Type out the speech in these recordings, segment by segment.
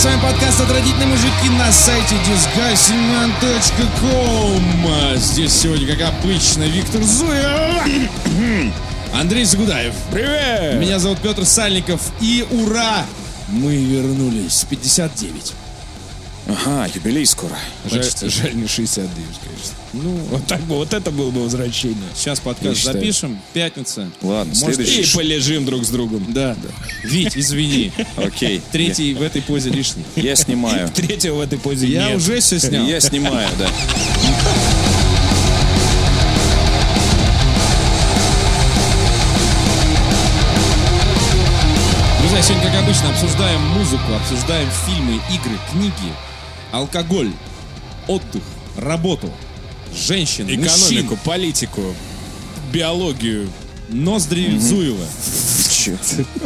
с вами подкаст «Отвратительные мужики» на сайте disgustingman.com. Здесь сегодня, как обычно, Виктор Зуев, Андрей Загудаев. Привет! Меня зовут Петр Сальников. И ура! Мы вернулись. 59. Ага, юбилей скоро. Жаль, не 69, конечно. Ну, Вот это было бы возвращение. сейчас подкаст запишем. Пятница. Ладно, Может, следующий. и полежим друг с другом. Да. Вить, извини. Окей. Третий в этой позе лишний. Я снимаю. Третьего в этой позе Я нет. уже все снял. Я снимаю, да. Друзья, сегодня, как обычно, обсуждаем музыку, обсуждаем фильмы, игры, книги, алкоголь, отдых, работу, женщин, Экономику, мужчин, политику, биологию. ноздри Зуева. Черт.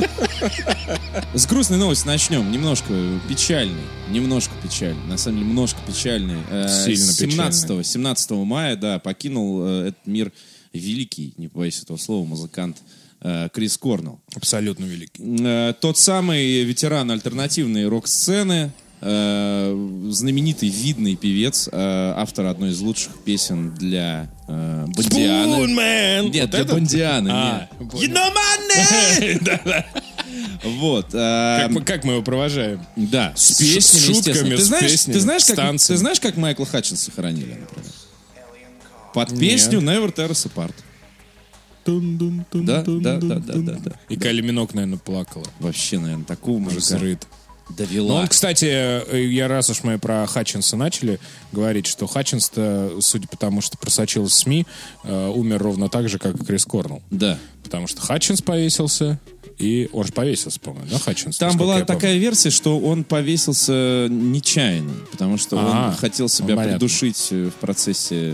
С грустной новости начнем. Немножко печальный. На самом деле, немножко печальный. Сильно 17 мая, да, покинул этот мир великий, не побоюсь этого слова, музыкант Крис Корнелл. Абсолютно великий. Тот самый ветеран альтернативной рок-сцены, знаменитый, видный певец, автор одной из лучших песен для Бондианы. Spoonman! Нет, Вот для это? Бондианы, нет. You know my name! Вот. Как мы его провожаем? Да, с С песнями, шутками, естественно. с песнями, Ты знаешь, с как, танцами. ты знаешь, как Майкла Хатчинса хоронили, например? Под песню Never Tear Us Apart. Да. И Кайли Минок, наверное, плакала. Вообще, наверное, такого мужика Взрыт. довела. Ну, он, кстати, раз уж мы про Хатчинса начали говорить, что Хатчинс-то, судя по тому, что просочилось в СМИ, умер ровно так же, как и Крис Корнелл. Да. Потому что Хатчинс повесился, и он же повесился, по-моему, да, Хатчинс? Там насколько была я помню. такая версия, что он повесился нечаянно, потому что он хотел себя понятно. придушить в процессе...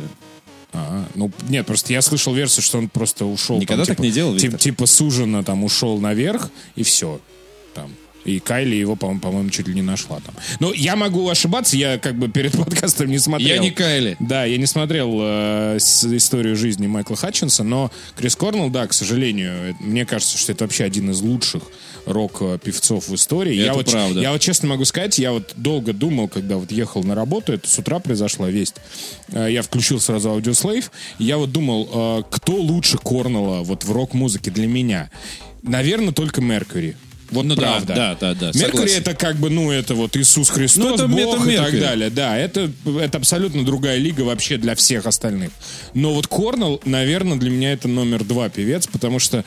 Ну, нет, просто я слышал версию, что он просто ушел. Никогда так не делал, Виктор? Типа с ужина там ушел наверх, и все. Там. И Кайли его, по-моему, чуть ли не нашла там. Но я могу ошибаться, я как бы перед подкастом не смотрел. Я не Кайли. Да, я не смотрел историю жизни Майкла Хатчинса, но Крис Корнелл, да, к сожалению, мне кажется, что это вообще один из лучших рок-певцов в истории. Это правда. Я вот честно могу сказать, я вот долго думал, когда вот ехал на работу, это с утра произошла весть, я включил сразу Audioslave, и я вот думал, кто лучше Корнелла вот в рок-музыке для меня? Наверное, только Меркьюри. Вот Ну да, правда. да, Меркьюри согласен. это как бы, это вот Иисус Христос, Ну, это Бог и так Меркьюри. далее. Да, это абсолютно другая лига вообще для всех остальных. Но вот Корнелл, наверное, для меня это номер 2 певец, потому что,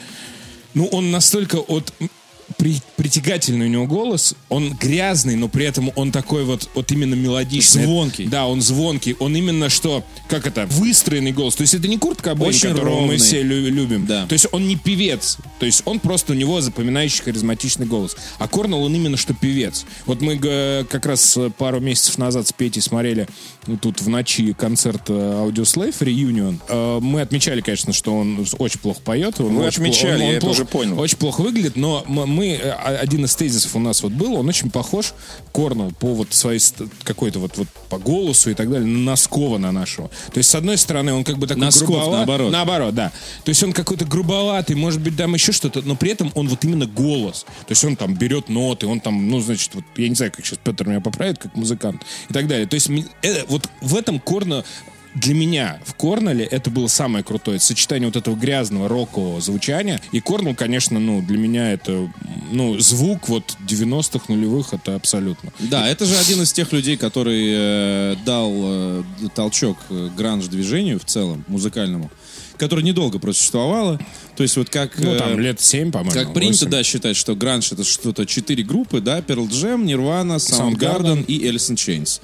он настолько притягательный у него голос, он грязный, но при этом он такой вот именно мелодичный. Звонкий. Да, он звонкий, он именно выстроенный голос. То есть это не Курт Кобейн, Очень которого ровный. мы все любим. Да. То есть он не певец, то есть он просто у него запоминающий харизматичный голос. А Корнелл, он именно что певец. Вот мы как раз пару месяцев назад с Петей смотрели тут в ночи концерт Audioslave Reunion. Мы отмечали, конечно, что он очень плохо поет. Вы отмечали, я это уже понял. Очень плохо выглядит, но один из тезисов у нас был, он очень похож, Корнелл, по своей какой-то по голосу и так далее, на Носкова, на нашего. То есть, с одной стороны, он как бы такой Носков, грубоватый. наоборот. Да. То есть, он какой-то грубоватый, может быть, там еще что-то, но при этом он именно голос. То есть, он там берет ноты, он там, я не знаю, как сейчас Петр меня поправит, как музыкант и так далее. То есть, в этом Корнелл для меня в Корнелле это было самое крутое сочетание вот этого грязного рокового звучания. И Корнелл, конечно, для меня это звук 90-х, нулевых, это абсолютно. Да, это же один из тех людей, который дал толчок гранж-движению в целом, музыкальному, которое недолго просуществовало. То есть как... там лет 7, по-моему. Как принято, 8. да, считать, что гранж — это что-то 4 группы, да, Pearl Jam, Nirvana, Soundgarden и Alice in Chains.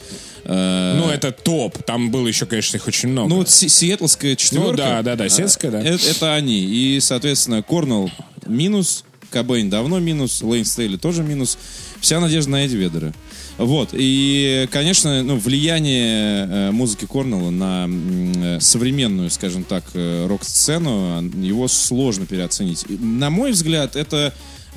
Это топ. Там было еще, конечно, их очень много. Сиэтлская четверка. Да, сиэтлская, да. Это они. И, соответственно, Корнелл минус, Кобейн давно минус, Лейн Стейли тоже минус. Вся надежда на Эдди Веддера. Вот. И, конечно, влияние музыки Корнелла на современную, скажем так, рок-сцену, его сложно переоценить. На мой взгляд, это...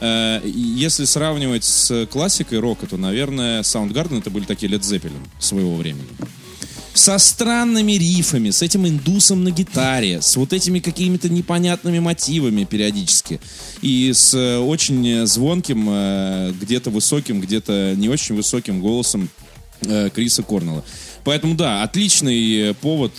Если сравнивать с классикой рока, то, наверное, Soundgarden — это были такие Led Zeppelin своего времени. со странными рифами, с этим индусом на гитаре, с вот этими какими-то непонятными мотивами периодически. И с очень звонким, где-то высоким, где-то не очень высоким голосом Криса Корнелла. Поэтому, да, отличный повод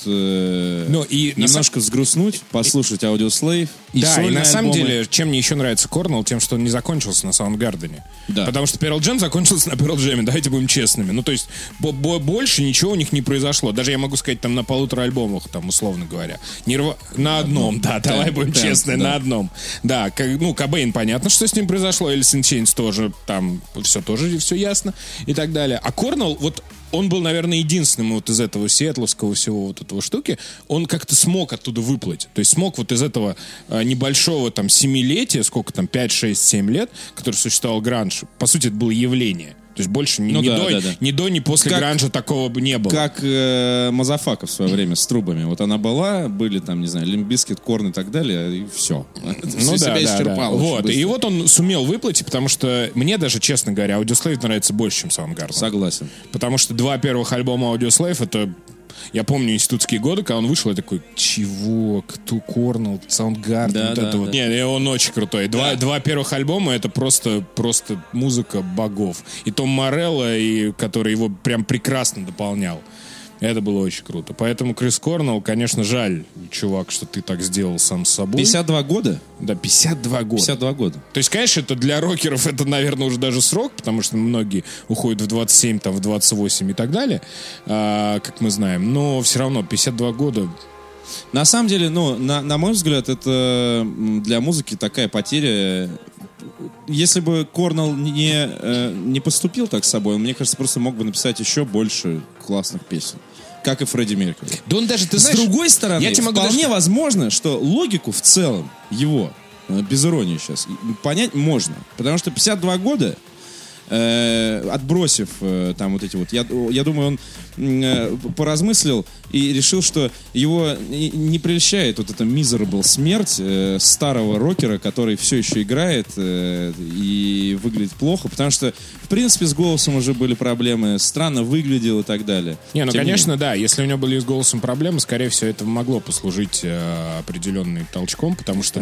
немножко взгрустнуть, послушать Audioslave. Да, и на самом деле, чем мне еще нравится Корнелл, тем, что он не закончился на Саундгардене. Да. Потому что Pearl Jam закончился на Pearl Jam'е, давайте будем честными. Ну, то есть, больше ничего у них не произошло. Даже я могу сказать, там, на 1,5 альбомах, там, условно говоря. На одном, да, давай будем честны, на одном. Да, Кобейн, понятно, что с ним произошло, Alice in Chains тоже, там, все ясно и так далее. А Корнелл, вот, он был, наверное, единственным вот из этого сиэтловского всего вот этого штуки, он как-то смог оттуда выплыть. То есть смог вот из этого небольшого там 7-летия, сколько там, 5, 6, 7 лет, который существовал гранж, по сути, это было явление. То есть больше ни до, ни после гранжа такого бы не было. Как Мазафака в свое время с трубами. Вот она были там, не знаю, Limp Bizkit, Корн и так далее, и все. Себя исчерпало. Вот. И вот он сумел выплатить, потому что мне даже, честно говоря, Audioslave нравится больше, чем Soundgarden. Согласен. Потому что 2 первых альбома Audioslave — это... Я помню институтские годы, когда он вышел, я такой, чего, кто Корнелл, Soundgarden, Не, он очень крутой. Два первых альбома — это просто музыка богов. И Том Морелло, который его прям прекрасно дополнял. Это было очень круто. Поэтому Крис Корнелл, конечно, жаль, чувак, что ты так сделал сам с собой. 52 года? Да, 52 года. 52 года. То есть, конечно, это для рокеров это, наверное, уже даже срок, потому что многие уходят в 27, там, в 28 и так далее, как мы знаем. Но все равно 52 года... На самом деле, на мой взгляд, это для музыки такая потеря. Если бы Корнелл не поступил так с собой, он, мне кажется, просто мог бы написать еще больше классных песен. Как и Фредди Меркьюри. Да он даже, ты знаешь... С другой стороны, вполне возможно, что логику в целом его, без иронии сейчас, понять можно. Потому что 52 года, отбросив там вот эти вот... Я думаю, он поразмыслил и решил, что его не прельщает вот эта miserable смерть старого рокера, который все еще играет и выглядит плохо, потому что, в принципе, с голосом уже были проблемы, странно выглядел и так далее. Конечно, да, если у него были с голосом проблемы, скорее всего, это могло послужить определенным толчком, потому что,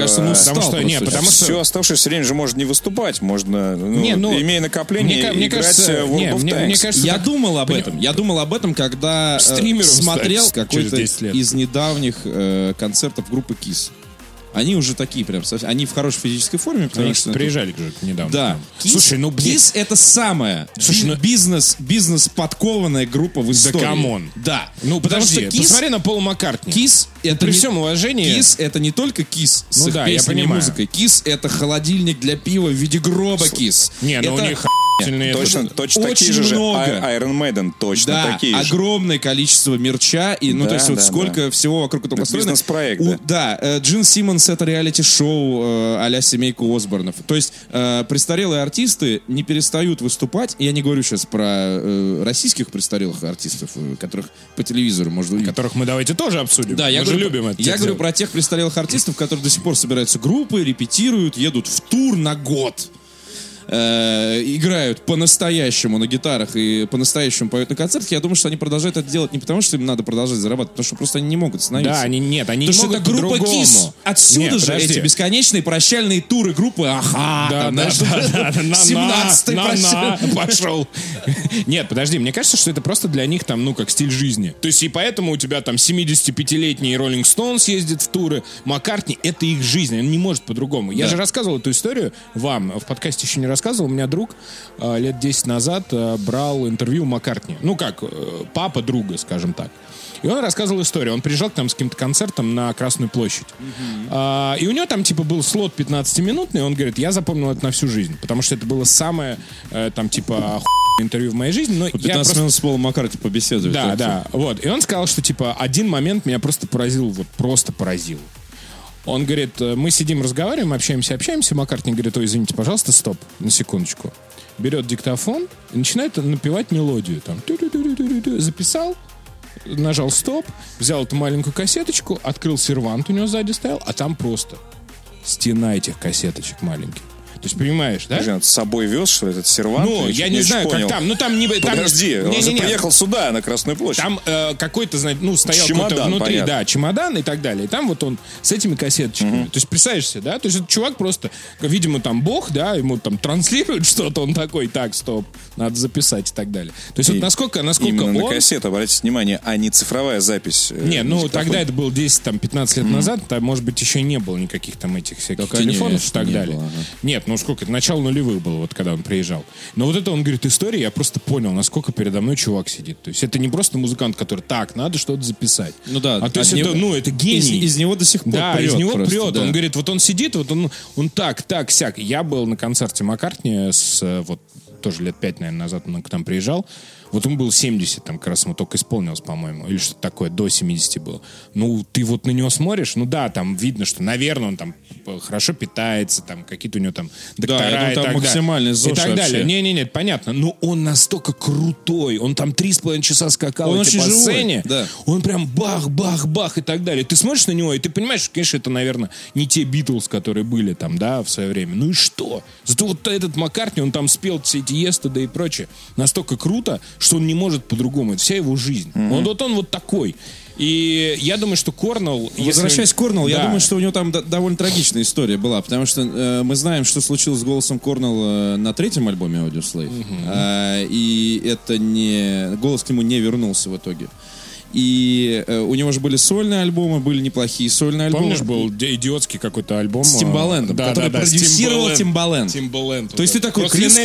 все оставшееся время же можно не выступать, можно, имея накопление, играть в World of Tanks. Я думал об этом, когда смотрел какой-то из недавних концертов группы KISS. Они уже такие прям, они в хорошей физической форме. Они приезжали же недавно. Да. KISS это самая бизнес-подкованная группа в истории. Да камон. Да. Потому что посмотри на Пола Маккартни. KISS это при всем уважении. KISS это не только KISS с их песнями и музыкой. KISS это холодильник для пива в виде гроба KISS. У них точно такие же Iron Maiden, точно такие же. Огромное количество мерча, и, то есть вот сколько всего вокруг этого построено. Бизнес-проект, да. Джин Симмонс — это реалити-шоу а-ля «Семейку Осборнов». То есть престарелые артисты не перестают выступать. Я не говорю сейчас про российских престарелых артистов, которых по телевизору можно увидеть. Которых мы давайте тоже обсудим. Да, я говорю про тех престарелых артистов, которые до сих пор собираются группы, репетируют, едут в тур на год. Играют по-настоящему на гитарах и по-настоящему поют на концертах. Я думаю, что они продолжают это делать не потому, что им надо продолжать зарабатывать, потому что просто они не могут остановиться. Да, они не потому могут что это группа KISS. Отсюда же эти бесконечные прощальные туры группы «Ага». 17-й прощальный. Пошел. Нет, подожди, мне кажется, что это просто для них там, как стиль жизни. То есть и поэтому у тебя там 75-летний Rolling Stones ездит в туры, Маккартни — это их жизнь, он не может по-другому. Я же рассказывал эту историю вам, в подкасте еще не рассказывал. У меня друг лет 10 назад брал интервью у Маккартни. Папа друга, скажем так. И он рассказывал историю. Он приезжал к нам с каким-то концертом на Красную площадь. И у него там был слот 15-минутный. Он говорит, я запомнил это на всю жизнь. Потому что это было самое интервью в моей жизни. Но 15 минут с Полом Маккартни побеседовать. Да. Вот. И он сказал, что один момент меня просто поразил. Просто поразил. Он говорит, мы сидим, разговариваем, общаемся. Маккартни говорит, ой, извините, пожалуйста, стоп, на секундочку. Берет диктофон и начинает напевать мелодию. Там, записал, нажал стоп, взял эту маленькую кассеточку, открыл сервант, у него сзади стоял, а там просто стена этих кассеточек маленьких. То есть, понимаешь, да? С собой вез, что этот сервант? Ну, я не знаю, как там. Ну, там не... Подожди, он же приехал сюда, на Красную площадь. Там какой-то, стоял какой-то внутри, понятно. да, чемодан и так далее. И там вот он с этими кассеточками. То есть, представляешь себе, да? То есть, этот чувак просто, видимо, там бог, да, ему там транслирует что-то, он такой, так, стоп, надо записать и так далее. То есть, вот насколько именно он... на кассету, обратите внимание, а не цифровая запись. Не, ну, тогда это было 10-15 лет назад, там, может быть, еще не было никаких там этих всяких телефонов и так далее. Нет, ну, сколько, это начало нулевых было, вот когда он приезжал. Но вот это, он говорит, история, я просто понял, насколько передо мной чувак сидит. То есть, это не просто музыкант, который, так, надо что-то записать. Ну, да. А то есть, это гений. Из него до сих пор да, прет. Из него просто, прет. Да. Он говорит, вот он сидит, вот он так, сяк. Я был на концерте Маккартни вот тоже лет 5, наверное, назад он к нам приезжал. Вот ему было 70, там, как раз ему только исполнилось, по-моему, или что-то такое, до 70 было. Ну, ты вот на него смотришь, ну да, там видно, что, наверное, он там хорошо питается, там, какие-то у него там доктора да, и так далее. Максимальный ЗОЖ и так вообще. далее. Не, понятно. Но он настолько крутой, он там 3,5 часа скакал по сцене. Да. Он прям бах и так далее. Ты смотришь на него, и ты понимаешь, что, конечно, это, наверное, не те Битлз, которые были там, да, в свое время. Ну и что? Зато вот этот Маккартни, он там спел все эти Yesterday и прочее. Настолько круто, что он не может по-другому. Это вся его жизнь. Он вот такой. И я думаю, что Корнелл... Возвращаясь к Корнеллу, я думаю, что у него там довольно трагичная история была, потому что мы знаем, что случилось с голосом Корнелла на 3-м альбоме Audioslave. И это не... Голос к нему не вернулся в итоге. И у него же были сольные альбомы, были неплохие сольные альбомы. Помнишь, был идиотский какой-то альбом с Тимбалендом, который продюсировал Тимбаленд. То есть ты такой,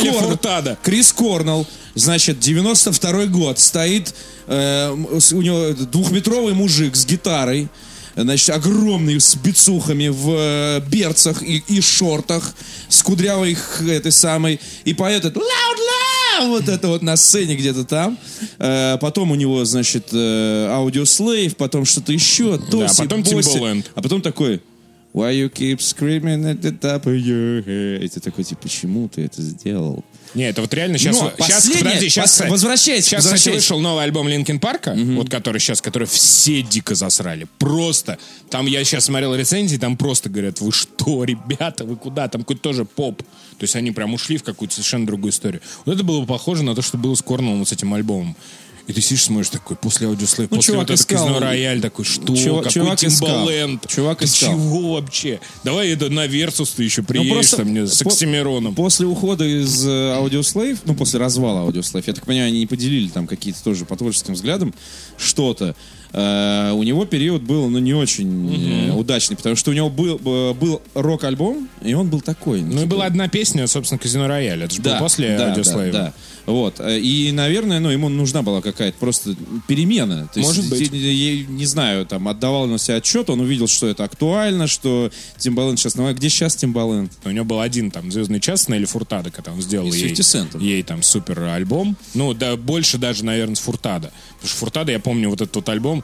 Крис Корнелл, значит, 92-й год, стоит у него 2-метровый мужик с гитарой, значит, огромный, с бицухами, в берцах и шортах, с кудрявой этой самой, и поет это «Loud, вот это вот на сцене где-то там. Потом у него, значит, Audioslave, потом что-то еще, Тоси, потом Timbaland. А потом такой «Why you keep screaming at the top of your head?» И ты такой, типа, почему ты это сделал? Не, это вот реально сейчас... Сейчас, возвращайся. Сейчас, кстати, вышел новый альбом Линкин Парка, вот который все дико засрали. Просто. Там я сейчас смотрел рецензии, там просто говорят, вы что, ребята, вы куда? Там какой-то тоже поп. То есть они прям ушли в какую-то совершенно другую историю. Вот это было бы похоже на то, что было с Корнеллом вот с этим альбомом. И ты сидишь, смотришь такой, после Audioslave, после вот этого Казино Рояль, такой, что? Какой Тимбаленд? Чувак искал. Чего вообще? Давай это на Версус ты еще приедешь там мне с Оксимироном. После ухода из Audioslave, ну, после развала Audioslave, я так понимаю, они не поделили там какие-то тоже по творческим взглядам что-то. У него период был, не очень удачный, потому что у него был рок-альбом, и он был такой. Ну, и была одна песня, собственно, Казино Рояль. Это же было после Audioslave. Да. Вот. И, наверное, ему нужна была какая-то просто перемена. То Может есть, быть. Я не знаю, там, отдавал на себя отчет, он увидел, что это актуально, что Тимбаленд сейчас... Где сейчас Тимбаленд? У него был один там «Звездный час» Нелли Фуртадо, когда он сделал ей там супер альбом. Ну, да, больше даже, наверное, с Фуртадо. Потому что Фуртадо, я помню, вот этот вот альбом,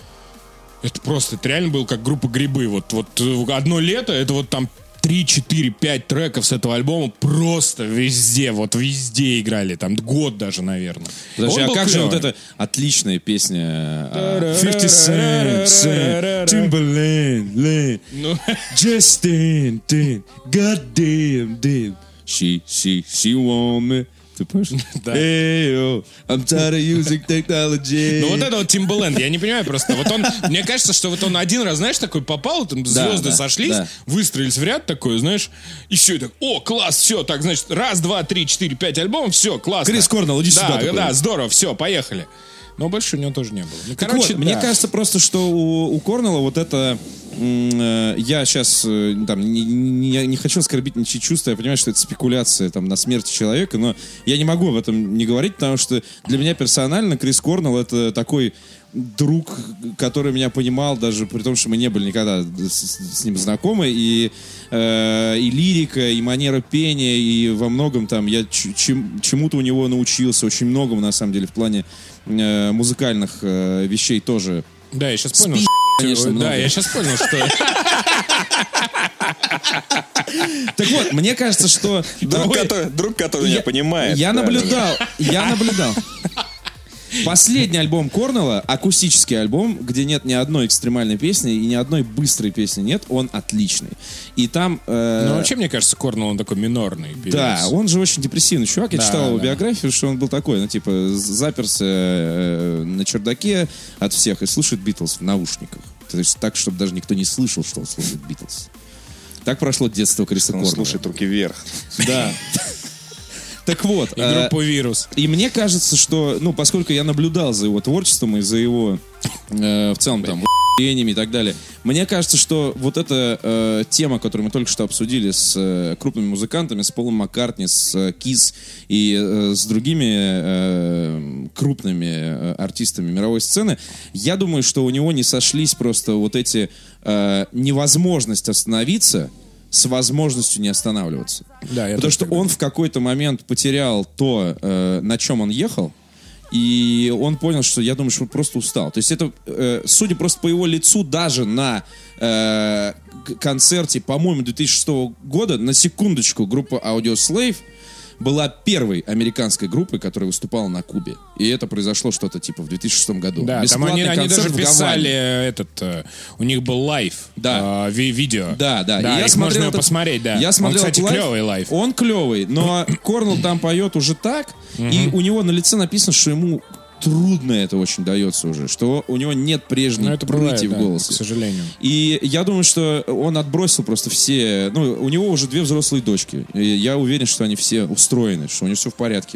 это просто, это реально был как группа «Грибы». Вот одно лето, это вот там 3, 4, 5 треков с этого альбома просто везде играли. Там год даже, наверное. Подожди, а как же вот эта отличная песня 50 Cent, Timbaland, Justin, goddamn, she want me. Ты помнишь? Да. I'm tired of using technology. Ну вот это вот Timbaland, я не понимаю просто. Вот он, мне кажется, что вот он один раз, знаешь, такой попал, там звезды сошлись, выстроились в ряд такой, знаешь, и все, и так, о, класс, все, так, значит, 1, 2, 3, 4, 5 альбомов, все, классно. Крис Корнелл, иди сюда. Да, здорово, все, поехали. Но больше у него тоже не было. Ну, короче, мне кажется просто, что у Корнелла вот это... Я сейчас там, не хочу оскорбить ничьи чувства, я понимаю, что это спекуляция там, на смерти человека, но я не могу об этом не говорить, потому что для меня персонально Крис Корнелл — это такой друг, который меня понимал, даже при том, что мы не были никогда с ним знакомы, и лирика, и манера пения, и во многом там я чему-то у него научился, очень многому, на самом деле, в плане музыкальных вещей тоже. Да, я сейчас понял. Конечно, да, я сейчас понял, что... Так вот, мне кажется, что... Друг, который меня понимает. Я наблюдал. Последний альбом Корнелла, акустический альбом, где нет ни одной экстремальной песни и ни одной быстрой песни нет, он отличный. И там... Ну, вообще, мне кажется, Корнелл, он такой минорный певец. Да, он же очень депрессивный чувак. Я читал его биографию, что он был такой, ну, типа, заперся на чердаке от всех и слушает Битлз в наушниках. То есть так, чтобы даже никто не слышал, что он слушает Битлз. Так прошло детство Криса Корнелла. Он слушает «Руки вверх». Да. Так вот. И группу «Вирус». И мне кажется, что, ну, поскольку я наблюдал за его творчеством и за его, в целом, там, и так далее, мне кажется, что вот эта тема, которую мы только что обсудили с крупными музыкантами, с Полом Маккартни, с Кис и с другими крупными артистами мировой сцены, я думаю, что у него не сошлись просто вот эти невозможность остановиться с возможностью не останавливаться. Да, потому что он в какой-то момент потерял то, на чем он ехал, и он понял, что, я думаю, что он просто устал. То есть это, судя просто по его лицу, даже на концерте, по-моему, 2006 года, на секундочку, группа Audioslave была первой американской группой, которая выступала на Кубе. И это произошло что-то типа в 2006 году. Да, там они даже писали у них был лайв, видео. Да. И я смотрел, можно посмотреть, да. Я смотрел, он, кстати, клевый лайв. Он клевый, но Корнелл там поет уже так, и у него на лице написано, что ему трудно это очень дается уже, что у него нет прежней прыти в голосе. К сожалению. И я думаю, что он отбросил просто все... Ну, у него уже 2 взрослые дочки. И я уверен, что они все устроены, что у него все в порядке.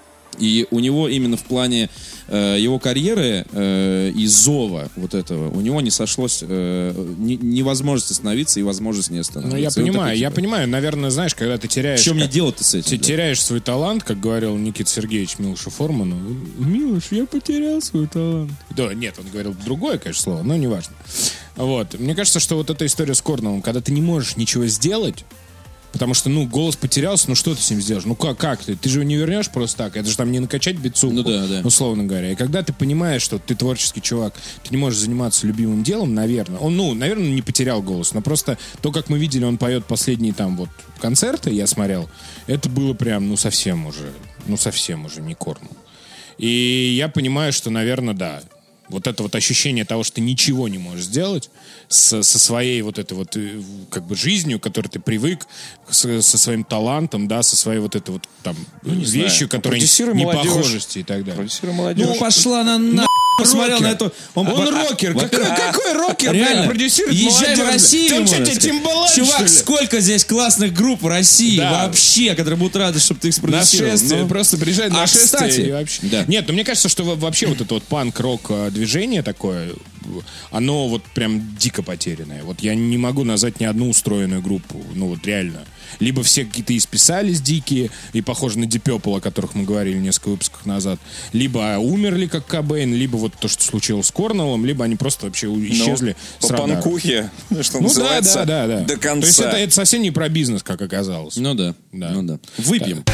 И у него именно в плане его карьеры и зова вот этого, у него не сошлось невозможность остановиться и возможность не остановиться. Ну, я понимаю, наверное, знаешь, когда ты теряешь... Что мне делать-то с этим? Ты теряешь свой талант, как говорил Никита Сергеевич Милошу Форману. Милош, я потерял свой талант. Да, нет, он говорил другое, конечно, слово, но неважно. Вот. Мне кажется, что вот эта история с Корнеллом, когда ты не можешь ничего сделать, потому что, ну, голос потерялся, ну что ты с ним сделаешь? Ну как ты? Ты же его не вернешь просто так. Это же там не накачать бицуху, условно говоря. И когда ты понимаешь, что ты творческий чувак, ты не можешь заниматься любимым делом, наверное. Он, наверное, не потерял голос, но просто то, как мы видели, он поет последние там вот концерты, я смотрел, это было прям, совсем уже не Корнелл. И я понимаю, что, наверное, да, вот это вот ощущение того, что ты ничего не можешь сделать со своей вот этой вот как бы жизнью, к которой ты привык, со своим талантом, да, со своей вот этой вот там вещью, которая не похожести и так далее. Ну, пошла на посмотрел на эту... Он рокер. Какой рокер? Реально. Продюсирует езжай в Россию. Чувак, что сколько здесь классных групп в России вообще, которые будут рады, чтобы ты их спродюсировал. Нашествие. Просто приезжает нашествие. Кстати, вообще. Да. Нет, мне кажется, что вообще вот это вот панк-рок движение такое, оно вот прям дико потерянное. Вот я не могу назвать ни одну устроенную группу. Ну вот реально. Либо все какие-то исписались дикие и похожи на Deep Purple, о которых мы говорили несколько выпусков назад, либо умерли как Кобейн, либо вот то, что случилось с Корнеллом, либо они просто вообще исчезли с радаров. По панкухе, что называется, до конца. То есть это совсем не про бизнес, как оказалось. Ну да. Выпьем.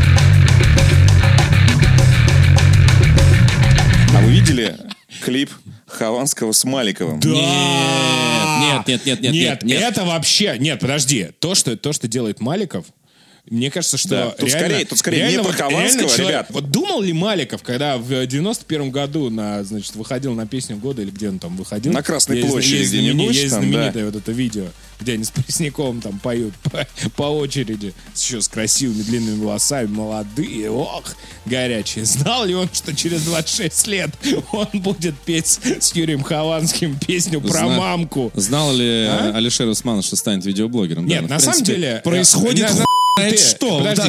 А вы видели клип Хованского с Маликовым? Да! Нет, это вообще... Нет, подожди. То, что делает Маликов, мне кажется, что тут скорее не про Хованского, ребят. Вот думал ли Маликов, когда в 91-м году выходил на песню года, или где он там выходил? На Красной площади где-нибудь. Есть знаменитое вот это видео, где они с Пресняком там поют по очереди, еще с красивыми длинными волосами, молодые, горячие. Знал ли он, что через 26 лет он будет петь с Юрием Хованским песню про мамку? Знал ли Алишер Усманов, что станет видеоблогером? Нет, на самом деле... Происходит что? Подожди,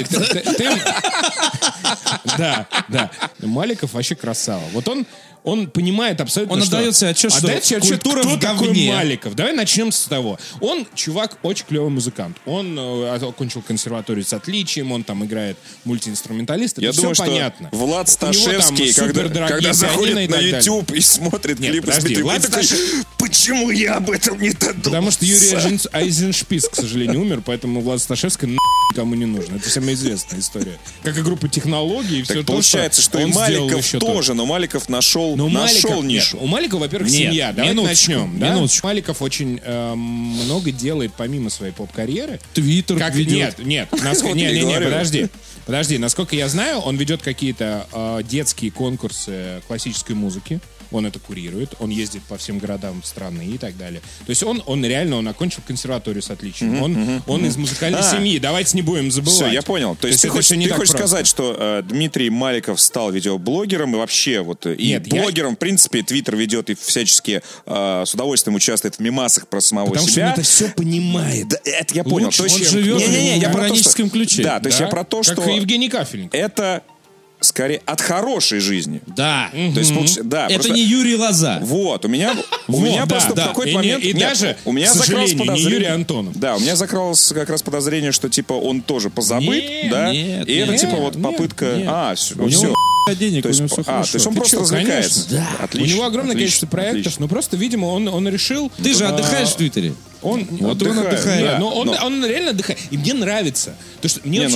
Да. Маликов вообще красава. Вот он понимает абсолютно, он отдает себе отчет, что культура кто в говне. Такой Маликов. Давай начнем с того. Он, чувак, очень клевый музыкант. Он окончил консерваторию с отличием, он там играет мультиинструменталист. Это Я думаю, все понятно. Что Влад Сташевский, когда заходит на YouTube и смотрит клипы с Влад такой, почему я об этом не додумался? Потому что Юрий Айзеншпис, к сожалению, умер, поэтому Влад Сташевский никому не нужен. Это самая известная история. Как и группа технологий и все то, получается, что и Маликов тоже, но Маликов нашел нишу. Нет, у Маликова, во-первых, семья. Давайте начнем. Да? Маликов очень много делает помимо своей поп-карьеры. Твиттер ведет. Нет, подожди. Подожди, насколько я знаю, он ведет какие-то детские конкурсы классической музыки. Он это курирует, он ездит по всем городам страны и так далее. То есть он реально, он окончил консерваторию с отличием. Он из музыкальной семьи, давайте не будем забывать. Все, я понял. То есть ты хочешь сказать, что Дмитрий Маликов стал видеоблогером и вообще блогером, в принципе, Твиттер ведет и всячески с удовольствием участвует в мемасах про самого себя. Потому что он это все понимает. Да, это я понял. Он живет в ироническом ключе. Да, то есть я про то, что... Как Евгений Кафельник. Это... скорее от хорошей жизни. Да. То есть, да, это не Юрий Лоза. Вот, у меня просто в какой-то момент... И даже, у меня закралось подозрение... не Юрий Антонов. Да, у меня закралось как раз подозрение, что, типа, он тоже позабыт, да? Нет, и это, типа, вот попытка... все. Денег, то есть он просто развлекается. Да. Отлично, у него огромное количество проектов, но просто, видимо, он решил... Ты же отдыхаешь в Твиттере. Он отдыхает. Да. Он реально отдыхает. И мне нравится. То, что мне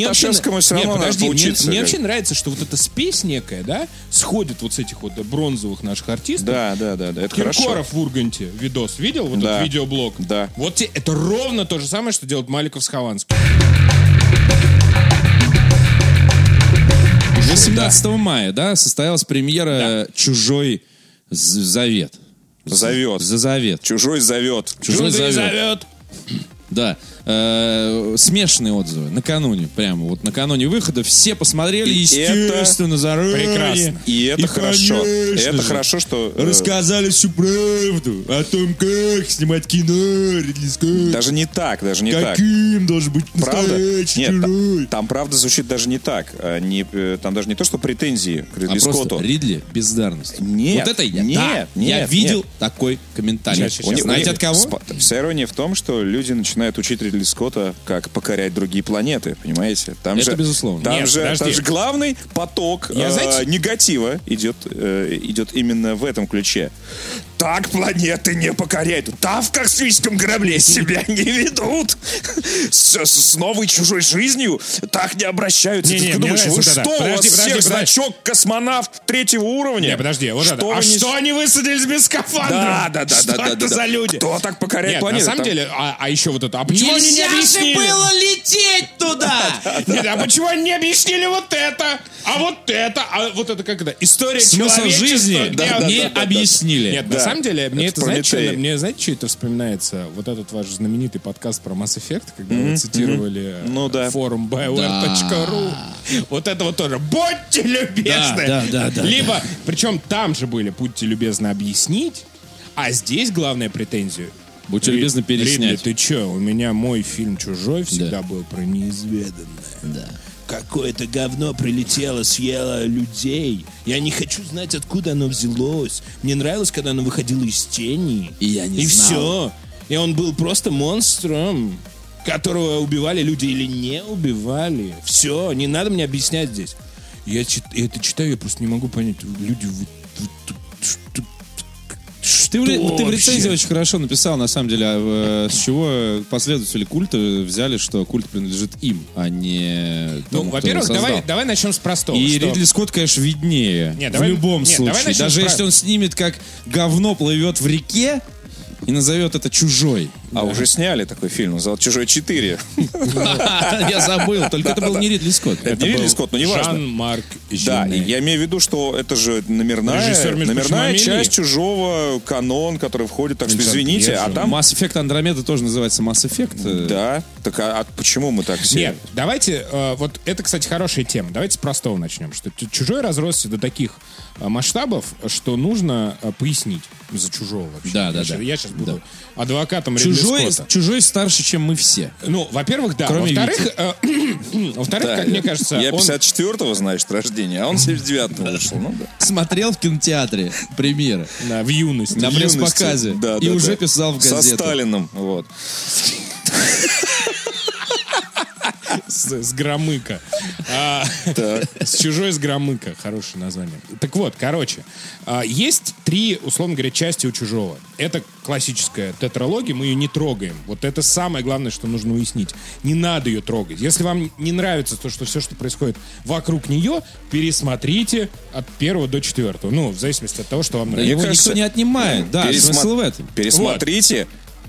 вообще нравится, что вот эта спесь некая, да, сходит вот с этих вот бронзовых наших артистов. Да, это хорошо. Киркоров в Урганте видос видел? Вот этот видеоблог. Да. Вот это ровно то же самое, что делает Маликов с Хованским. 18 мая, да, состоялась премьера «Чужой завет». Завет. Чужой зовет. Чужой зовет. Да. Смешанные отзывы. Накануне выхода все посмотрели, естественно, заранее. Прекрасно. И это хорошо. Это хорошо, что... рассказали всю правду о том, как снимать кино Ридли Скотт. Даже не так. Каким должен быть настоящий чужой. Нет, там правда звучит даже не так. Там даже не то, что претензии к Ридли Скотту. Просто Ридли бездарность. Нет. Вот это я видел такой комментарий. Знаете от кого? Вся ирония в том, что люди начинают учить Ридли Скотта, как покорять другие планеты, понимаете? Это безусловно. Там же главный поток негатива идет именно в этом ключе. Так планеты не покоряют. Так в космическом корабле себя не ведут. С новой чужой жизнью так не обращаются. Ты думаешь, вы что, у вас всех значок космонавт 3-го уровня? Не, подожди, вот это. А что они высадились без скафандра? Да. Что это за люди? Кто так покоряет планету? На самом деле, а еще вот это. А почему они не объяснили? Нельзя же было лететь туда! Нет, а почему они не объяснили вот это? А вот это как это? История человечества. Смысл жизни не объяснили. Нет, на самом деле, мне знаете, что это вспоминается? Вот этот ваш знаменитый подкаст про Mass Effect, когда вы цитировали форум bioware.ru. Вот это вот тоже. Будьте любезны! Да. Либо, причем там же были, будьте любезны объяснить, а здесь главная претензия. Будьте любезны переснять. Ридли, ты чё? У меня мой фильм «Чужой» всегда был про неизведанное. Да. Какое-то говно прилетело, съело людей. Я не хочу знать, откуда оно взялось. Мне нравилось, когда оно выходило из тени. И я не знал. И все. И он был просто монстром, которого убивали люди или не убивали. Все, не надо мне объяснять здесь. Я это читаю, я просто не могу понять. Люди... Ты в рецензии очень хорошо написал, на самом деле, с чего последователи культа взяли, что культ принадлежит им, а не тому, во-первых, давай начнем с простого. И Ридли Скотт, конечно, виднее. В любом случае. Даже если он снимет, как говно плывет в реке, и назовет это «Чужой». А уже сняли такой фильм, называл «Чужой 4». Я забыл, только это был не Ридли Скотт. Это не Ридли Скотт, но не важно. Жан-Марк Жюне. Да, я имею в виду, что это же номерная часть «Чужого», канон, который входит, так что извините. А там Mass Effect Andromeda тоже называется Mass Effect. Да, так а почему мы так все... Нет, давайте, вот это, кстати, хорошая тема. Давайте с простого начнем, что «Чужой» разросся до таких масштабов, что нужно пояснить за «Чужого» вообще. Да. Я сейчас буду адвокатом Ридли Скотта. Чужой старше, чем мы все. Ну, во-первых, да. Во-вторых, как мне кажется... Я 54-го, значит, рождения, а он 79-го вышел. Смотрел в кинотеатре премьеры. В юности. На пресс-показе. И уже писал в газету. Со Сталиным, вот. С Громыка. С «Чужой» с Громыка. Хорошее название. Так вот, короче, есть 3, условно говоря, части у «Чужого». Это классическая тетралогия, мы ее не трогаем. Вот это самое главное, что нужно уяснить. Не надо ее трогать. Если вам не нравится то, что все, что происходит вокруг нее, пересмотрите от 1 до 4. Ну, в зависимости от того, что вам нравится. Его никто не отнимает. Да, смысл в этом. Пересмотрите.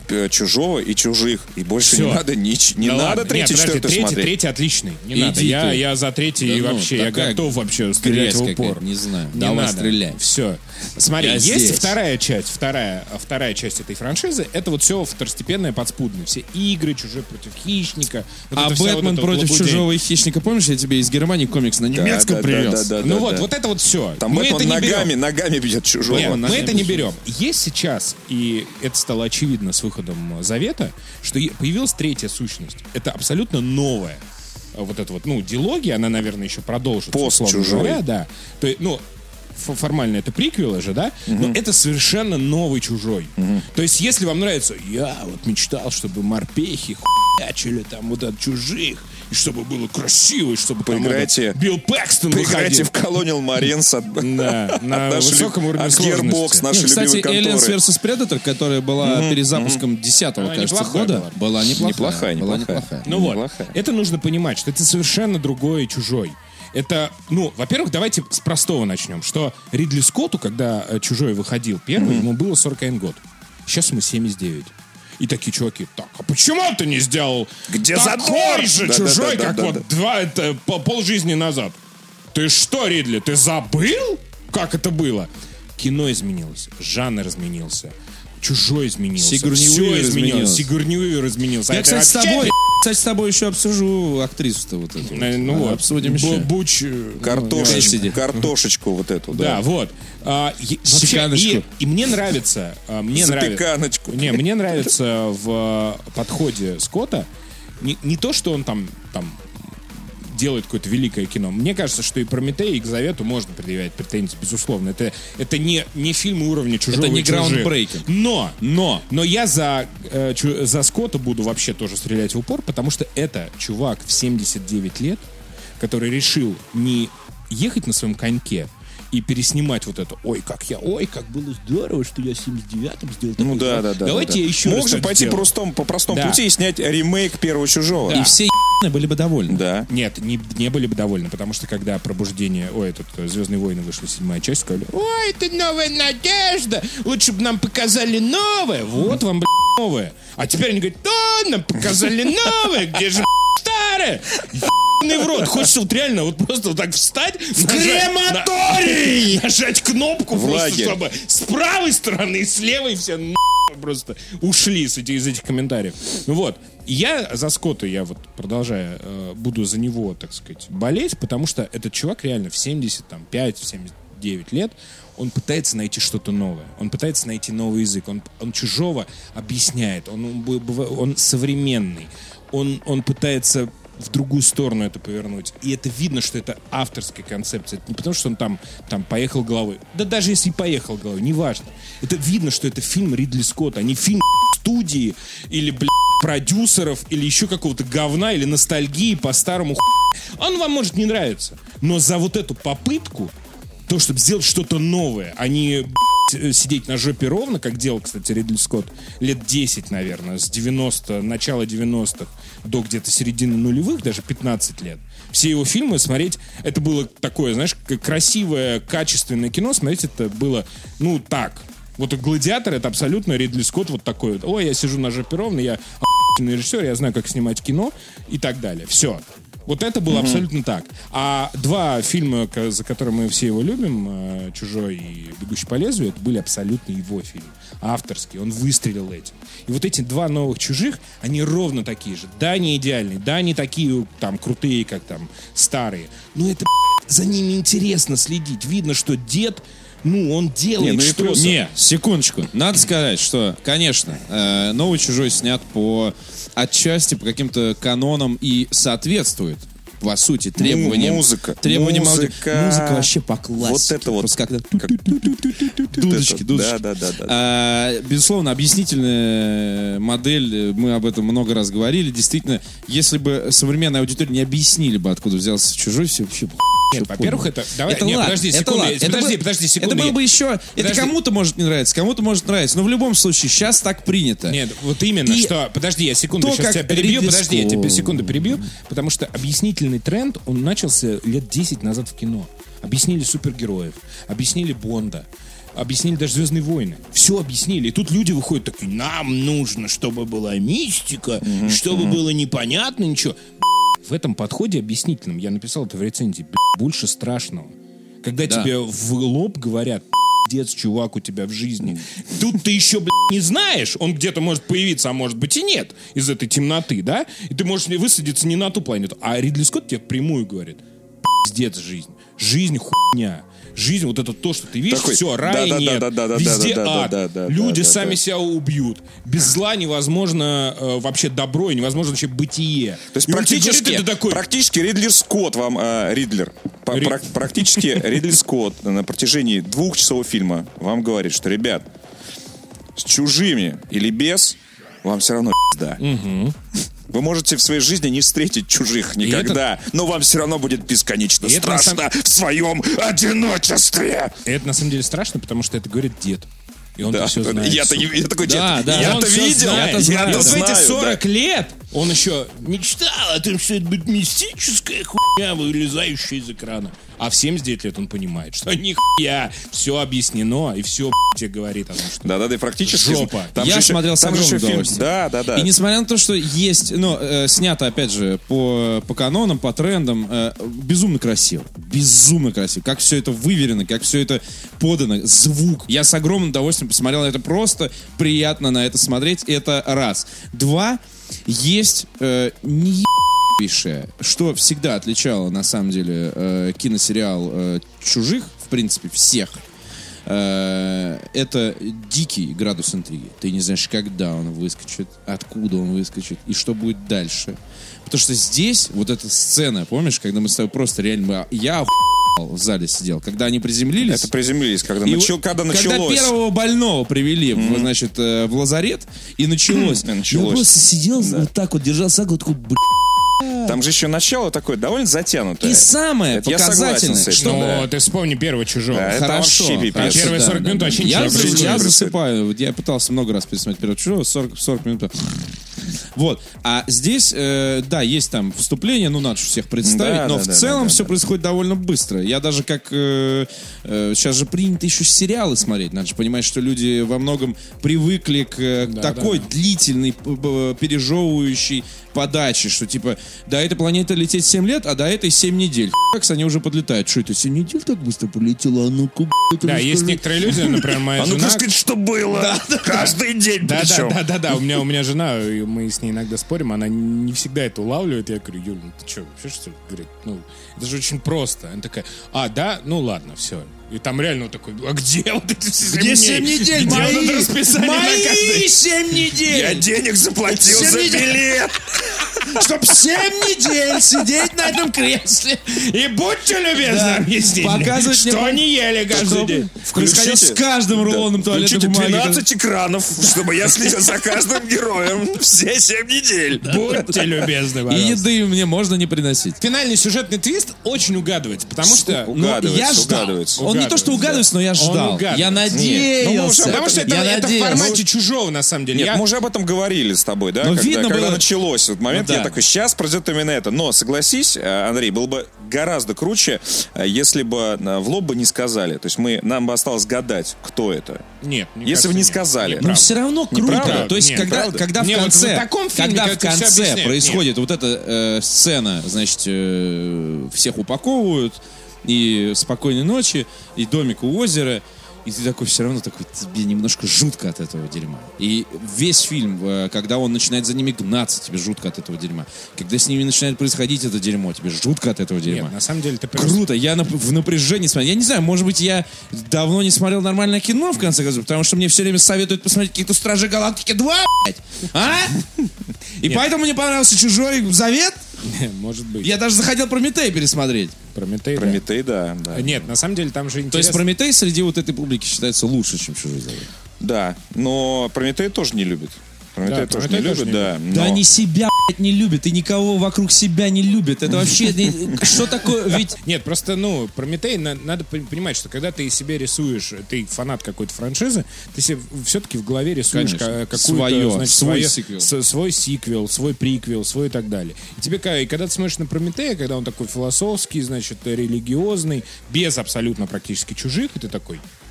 Чужого и Чужих. И больше Всё. не надо не Да надо ладно. третий, Нет, подожди, четвертый смотреть. Третий отличный. Не надо. Иди ты. Я за третий Да и ну, вообще. Я такая готов вообще стрелять грязь в упор. какая-то, не знаю. Не Давай, надо. стреляй. Все. Смотри, Я есть здесь. вторая часть. Вторая часть этой франшизы. Это вот все второстепенное, подспудное. Все игры, Чужой против Хищника. Вот А это вся Бэтмен вот эта против лабудень. Чужого и Хищника, помнишь, я тебе из Германии комикс на немецком привез? Ну вот это вот все. Там Мы это Бэтмен не берем. ногами бьет Чужого. Нет, мы ногами это не бежит. берем. Есть сейчас, и это стало очевидно с выходом Завета, что появилась третья сущность. Это абсолютно новая. Вот эта вот, дилогия, она, наверное, еще продолжится. Пост-Чужой. условно говоря, да. То есть, формально это приквелы же, да? Но это совершенно новый Чужой. То есть, если вам нравится, я вот мечтал, чтобы морпехи хуячили там вот от Чужих, и чтобы было красиво, и чтобы там Поиграйте- этот Билл Пэкстон Поиграйте выходил. в Colonial Marines от, Да, на нашей высоком уровне от сложности. Gearbox, нашей Ну, кстати, любимой Aliens конторы. vs. Predator, которая была перезапуском 10-го, Она кажется, неплохая года, была неплохая. Неплохая. Ну вот, Неплохая. это нужно понимать, что это совершенно другой Чужой. Это, во-первых, давайте с простого начнем, что Ридли Скотту, когда Чужой выходил первый, ему было 41 год. Сейчас ему 79. И такие чуваки, так, а почему ты не сделал Где такой задор? же Да, Чужой, да, как да, вот полжизни назад? Ты что, Ридли, ты забыл, как это было? Кино изменилось, жанр изменился, Чужой изменился, Сигурни все Уивер изменилось, изменилось. Сигурни Уивер изменился. Я, Это кстати, с вообще тобой еще обсужу актрису-то вот эту. Ну вот, Обсудим еще. Буч... Картошечку вот эту, Да, да. вот. Вообще, Щеканочку. и мне нравится... Запеканочку. Мне нравится в подходе Скотта не то, что он там делает какое-то великое кино. Мне кажется, что и Прометей, и к Завету можно предъявлять претензии, безусловно. Это не фильм уровня Чужого. Это не и Чужих. граундбрейкинг. Но я за Скотта буду вообще тоже стрелять в упор, потому что это чувак в 79 лет, который решил не ехать на своем коньке и переснимать вот это. Ой, как было здорово, что я в 79-м сделал такой. Ну да. Давайте я еще Мог раз же так пойти сделаю. по простому Да. пути и снять ремейк первого Чужого. Да. И все были бы довольны. Да. Нет, не были бы довольны, потому что когда «Пробуждение», «Звездные войны» вышла 7-я часть, сказали, ой, это новая надежда, лучше бы нам показали новое. Вот вам, новое. А теперь они говорят, да, нам показали новое, где же старое? Ебаный в рот. Хочется вот реально вот просто вот так встать, в крематорий! нажать кнопку, В просто лагерь. чтобы с правой стороны и с левой все просто ушли из этих комментариев. Ну вот. Я за Скотта, я вот продолжая, буду за него, так сказать, болеть, потому что этот чувак реально в 75, в 79 лет, он пытается найти что-то новое. Он пытается найти новый язык. Он Чужого объясняет. Он современный. Он пытается в другую сторону это повернуть. И это видно, что это авторская концепция. Это не потому, что он там поехал головой. Да даже если и поехал головой, неважно. Это видно, что это фильм Ридли Скотта, а не фильм студии или, продюсеров, или еще какого-то говна, или ностальгии по старому Он вам может не нравиться. Но за вот эту попытку, то, чтобы сделать что-то новое, а не сидеть на жопе ровно, как делал, кстати, Ридли Скотт лет 10, наверное, с начала 90-х до где-то середины нулевых, даже 15 лет. Все его фильмы смотреть, это было такое, знаешь, красивое, качественное кино, смотреть это было, так. Вот «Гладиатор» — это абсолютно Ридли Скотт вот такой вот. Ой, я сижу на жопе ровно, я охуенный режиссер, я знаю, как снимать кино и так далее. Все. Вот это было абсолютно так. А два фильма, за которые мы все его любим, «Чужой» и «Бегущий по лезвию», это были абсолютно его фильмы. Авторские. Он выстрелил этим. И вот эти два новых «Чужих», они ровно такие же. Да, не идеальные. Да, не такие там крутые, как там старые. Но это, за ними интересно следить. Видно, что дед... он делает что-то. Не, секундочку. Надо сказать, что, конечно, новый «Чужой» снят отчасти по каким-то канонам и соответствует, по сути, требованиям. Музыка. Музыка вообще по классике. Вот это вот. Просто дудочки. Да. Безусловно, объяснительная модель, мы об этом много раз говорили. Действительно, если бы современная аудитория не объяснили бы, откуда взялся «Чужой», все вообще... Нет, во-первых, это... Давай, Это нет, ладно, подожди, это секунду. ладно. Подожди, секунду. Это было бы еще... Это Подожди. кому-то может не нравиться, кому-то может нравиться. Но в любом случае, сейчас так принято. Нет, вот именно, И что... Подожди, я секунду то, сейчас как тебя перебью. Ридли Подожди, я тебя Скотт. секунду перебью. Потому что объяснительный тренд, он начался лет 10 назад в кино. Объяснили супергероев, объяснили Бонда. объяснили даже «Звездные войны». Все объяснили. И тут люди выходят такие, нам нужно, чтобы была мистика, чтобы было непонятно ничего. В этом подходе объяснительном, я написал это в рецензии, больше страшного. Когда тебе в лоб говорят, пиздец, чувак, у тебя в жизни. Тут ты еще, не знаешь, он где-то может появиться, а может быть и нет, из этой темноты, да? И ты можешь высадиться не на ту планету. А Ридли Скотт тебе впрямую говорит, пиздец жизнь. Жизнь хуйня. Жизнь, вот это то, что ты видишь, Такой, все, рая нет, везде ад, люди сами себя убьют. Без зла невозможно вообще добро, и невозможно вообще бытие. То есть практически Ридли Скотт вам, практически Ридли Скотт на протяжении 2 часов фильма вам говорит, что, ребят, с чужими или без, вам все равно пизда. Вы можете в своей жизни не встретить чужих никогда, но вам все равно будет бесконечно страшно в своем одиночестве. И это на самом деле страшно, потому что это говорит дед. И он все знает. Я такой, дед, я-то видел. И вот в эти 40 лет он еще мечтал о том, что это будет мистическая хуйня, вылезающая из экрана. А в 79 лет он понимает, что нихуя, все объяснено, и все тебе говорит о том, что да, и практически жопа. Я смотрел с огромным удовольствием. Да. И несмотря на то, что есть, снято, опять же, по канонам, по трендам, безумно красиво. Безумно красиво. Как все это выверено, как все это подано. Звук. Я с огромным удовольствием посмотрел на это. Просто приятно на это смотреть. Это раз. 2. Есть что всегда отличало, на самом деле, киносериал «Чужих», в принципе, всех, это дикий градус интриги. Ты не знаешь, когда он выскочит, откуда он выскочит и что будет дальше. Потому что здесь вот эта сцена, помнишь, когда мы с тобой просто реально... Я в зале сидел, когда они приземлились. Это приземлились, когда началось. Когда первого больного привели, значит, в лазарет, и началось. Я просто сидел вот так вот, держал сагу, такой, Там же еще начало такое довольно затянутое. И самое показательное, что... ты вспомни первого «Чужого». Да, это вообще пипец. Первые 40 минут вообще ничего. Я засыпаю. Я пытался много раз пересмотреть первого «Чужого», 40 минут. Вот. А здесь, есть там вступление, надо же всех представить, но в целом все происходит довольно быстро. Я даже как... сейчас же принято еще сериалы смотреть. Надо же понимать, что люди во многом привыкли к такой длительной, пережевывающей подаче, что типа до этой планеты лететь 7 лет, а до этой 7 недель. Как они уже подлетают. Что это, 7 недель так быстро полетело? А ну-ка, да, есть некоторые люди, например, моя жена... А ну-ка сказать, что было. Каждый день причем. Да. У меня жена, мы с ней иногда спорим, она не всегда это улавливает. Я говорю, Юля, ты что, вообще что ли? Говорит, это же очень просто. Она такая, ладно, все. И там реально вот такой, а где вот эти 7 дней? 7 недель? Мои 7 недель! Я денег заплатил за билет! Чтоб 7 недель сидеть на этом кресле. И будьте любезны объяснить, что они ели каждый день. Включите с каждым рулоном туалетной бумаги. 12 экранов, чтобы я следил за каждым героем все 7 недель. Будьте любезны, пожалуйста. И еды мне можно не приносить. Финальный сюжетный твист очень угадывается, потому что... Я ждал. Он не то, что угадывается, но я ждал. Я надеялся. Потому что это в формате «Чужого», на самом деле. Нет, мы уже об этом говорили с тобой, да? Когда началось этот момент, я такой, сейчас произойдет именно это. Но согласись, Андрей, было бы гораздо круче, если бы в лоб бы не сказали. То есть нам бы осталось гадать, кто это. Нет, если бы не сказали. Но все равно круто. То есть, когда в конце происходит вот эта сцена, значит, всех упаковывают, и «Спокойной ночи», и «Домик у озера», и ты такой все равно такой, тебе немножко жутко от этого дерьма. И весь фильм, когда он начинает за ними гнаться, тебе жутко от этого дерьма. Когда с ними начинает происходить это дерьмо, тебе жутко от этого дерьма. Нет, на самом деле ты круто, я в напряжении смотрю. Я не знаю, может быть, я давно не смотрел нормальное кино, в конце концов, потому что мне все время советуют посмотреть какие-то «Стражи Галактики 2», блядь, а? И поэтому мне понравился «Чужой Завет». Может быть. Я даже захотел «Прометей» пересмотреть. Прометей, да. Нет, на самом деле там же интересно. То есть «Прометей» среди вот этой публики считается лучше, чем «Чужой Завет». Да, но «Прометей» тоже не любит. Прометей тоже не любит, да. Да они себя, блядь, не любят, и никого вокруг себя не любят. Это вообще... Что такое? Ведь... Нет, просто, Прометей, надо понимать, что когда ты себе рисуешь, ты фанат какой-то франшизы, ты себе все-таки в голове рисуешь какую-то... Свой сиквел, свой приквел, свой и так далее. И когда ты смотришь на Прометея, когда он такой философский, значит, религиозный, без абсолютно практически чужих, и ты такой...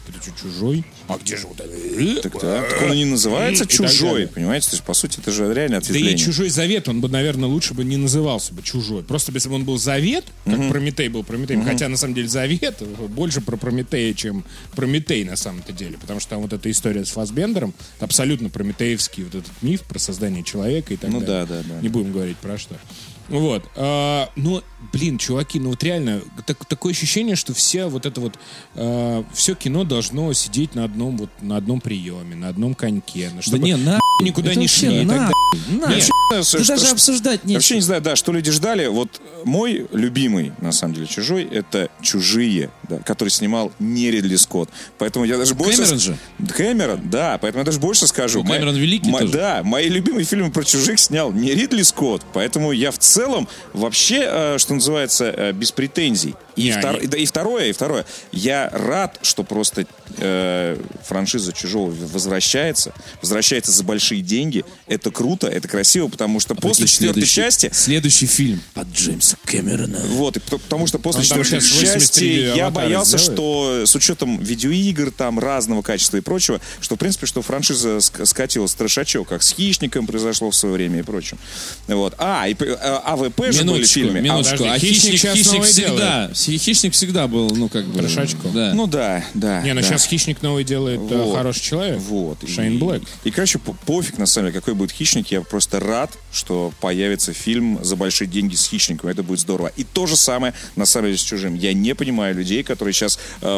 Это что, «Чужой»? А где же вот это? Так он и не называется И так «Чужой», далее. понимаете? То есть, по сути, это же реально Да ответвление. и «Чужой завет», он бы, наверное, лучше бы не назывался бы «Чужой». Просто если бы он был «Завет», как Прометей был Прометеем, хотя, на самом деле, «Завет» больше про Прометея, чем Прометей на самом-то деле, потому что там вот эта история с Фассбендером, абсолютно прометеевский вот этот миф про создание человека и так далее. Да. Не будем говорить про что. Вот. Ну, блин, чуваки, ну вот реально, такое ощущение, что все вот это вот, все кино должно сидеть на одном приеме, на одном коньке. Чтобы никуда это не вообще шли. И так далее. Ты даже обсуждать нечего. Вообще не знаю, да, что люди ждали. Вот мой любимый, на самом деле, «Чужой» — это «Чужие», да, который снимал не Ридли Скотт. Поэтому я даже больше... Кэмерон же? Кэмерон, да, поэтому я даже больше скажу. Ну, Кэмерон великий тоже. Да, мои любимые фильмы про «Чужих» снял не Ридли Скотт, поэтому я в целом вообще, что называется, без претензий. И второе, я рад, что просто франшиза «Чужого» возвращается за большие деньги. Это круто, это красиво, потому что после четвертой части... Следующий фильм от Джеймса Кэмерона. Вот, и потому что после Он там четвертой сейчас 83 части я аватара боялся, сделает. что с учетом видеоигр там разного качества и прочего, что в принципе, что франшиза скатилась в трешачок, как с «Хищником» произошло в свое время и прочим. Вот. АВП же были в фильме. Минуточку. подожди, А «Хищник» сейчас «Хищник» новое всегда... «Хищник» всегда был, ну, как бы... Трешачком. Да. Ну да. Не, ну да. сейчас «Хищник» новый делает Вот. хороший человек. Вот. Шейн Блэк. И, короче, пофиг, на самом деле, какой будет «Хищник». Я просто рад, что появится фильм за большие деньги с «Хищником». Это будет здорово. И то же самое, на самом деле, с «Чужим». Я не понимаю людей, которые сейчас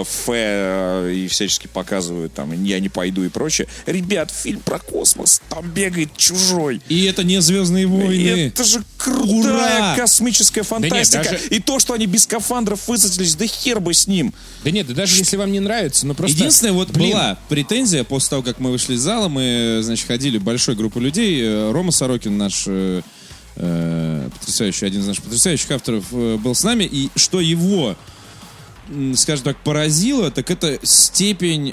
и всячески показывают, там, я не пойду и прочее. Ребят, фильм про космос, там бегает «Чужой». И это не «Звездные войны». Это же крутая Ура! космическая фантастика. даже- И то, что они без скафандров высадились, да хер бы с ним. Да нет, да даже если вам не нравится, но просто... Единственная вот Блин, была претензия после того, как мы вышли из зала, мы, значит, ходили большой группой людей. Рома Сорокин, наш потрясающий, один из наших потрясающих авторов, был с нами. И что его, скажем так, поразило, так это степень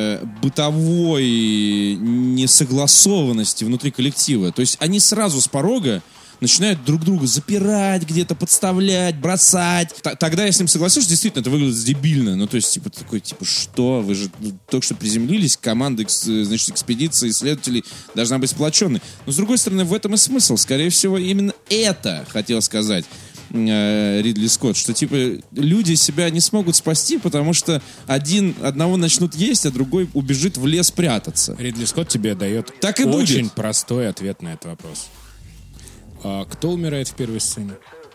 бытовой несогласованности внутри коллектива. То есть они сразу с порога начинают друг друга запирать, где-то подставлять, бросать. Тогда я с ним согласился, что действительно это выглядит дебильно. Ну, то есть, типа, такой, типа, что? Вы же только что приземлились, команда, значит, экспедиции, исследователей должна быть сплоченной. Но, с другой стороны, в этом и смысл. Скорее всего, именно это хотел сказать Ридли Скотт, что, типа, люди себя не смогут спасти, потому что одного начнут есть, а другой убежит в лес прятаться. Ридли Скотт тебе дает Так и очень будет. простой ответ на этот вопрос. Кто умирает в первой сцене?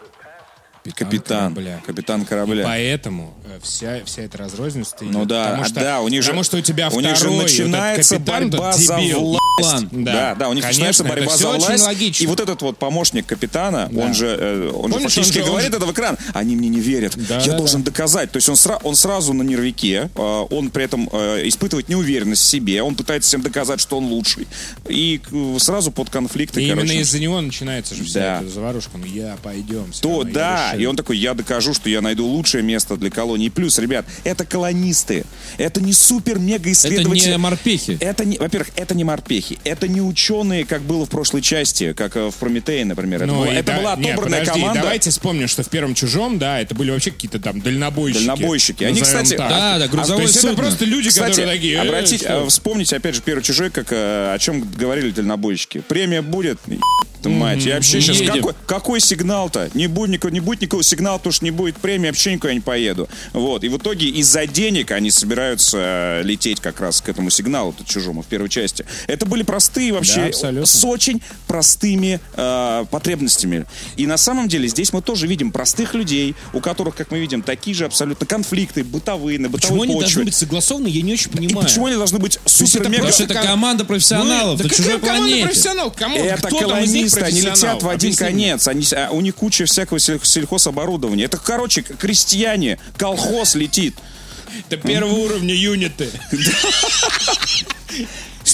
Капитан корабля. Поэтому вся эта разрозненность идет. Ну да, потому что у тебя у них же второй начинается этот капитан, борьба тот за дебил. власть. Да, у них начинается Конечно, борьба это за всё очень власть. логично. И вот этот вот помощник капитана, он же Помнишь, фактически он же- говорит это в экран, они мне не верят, Да, я да, должен да. доказать. То есть он сразу на нервике, он при этом испытывает неуверенность в себе, он пытается всем доказать, что он лучший. И сразу под конфликты, И именно короче. из-за него начинается же вся Да. эта заварушка. Ну пойдем. всё То, равно, я да, решил. и он такой, я докажу, что я найду лучшее место для колонии. Плюс, ребят, это колонисты. Это не супер-мега-исследователи. Это не морпехи. Во-первых, это не морпехи. Это не ученые, как было в прошлой части, как в «Прометее», например. Это была отобранная команда. Давайте вспомним, что в первом «Чужом», да, это были вообще какие-то там дальнобойщики. Дальнобойщики. Они, Назовем кстати, так. Да, грузовое То есть это судно. просто люди, Кстати, которые такие... что? вспомните, опять же, первый «Чужой», как, о чем говорили дальнобойщики. Премия будет, мать. Я вообще сейчас... Едем. Какой сигнал-то? Не будет никакого сигнала, потому что не будет премии, вообще никуда не поеду. Вот. И в итоге из-за денег они собираются лететь как раз к этому сигналу, тут «Чужому», в первой части. Это были простые Да, вообще, абсолютно. с очень простыми потребностями. И на самом деле здесь мы тоже видим простых людей, у которых, как мы видим, такие же абсолютно конфликты бытовые, на Почему бытовой они должны почве. быть согласованы, я не очень И понимаю. почему они должны быть супер-мега... Потому что это команда профессионалов Да на какая чужой команда планете. профессионалов? Кому? Это Кто там из них колонисты, они профессионал? летят в один Объясни мне. конец. У них куча всякого сельхозоборудования. Это, короче, крестьяне, колхоз летит. Это первого уровня юниты.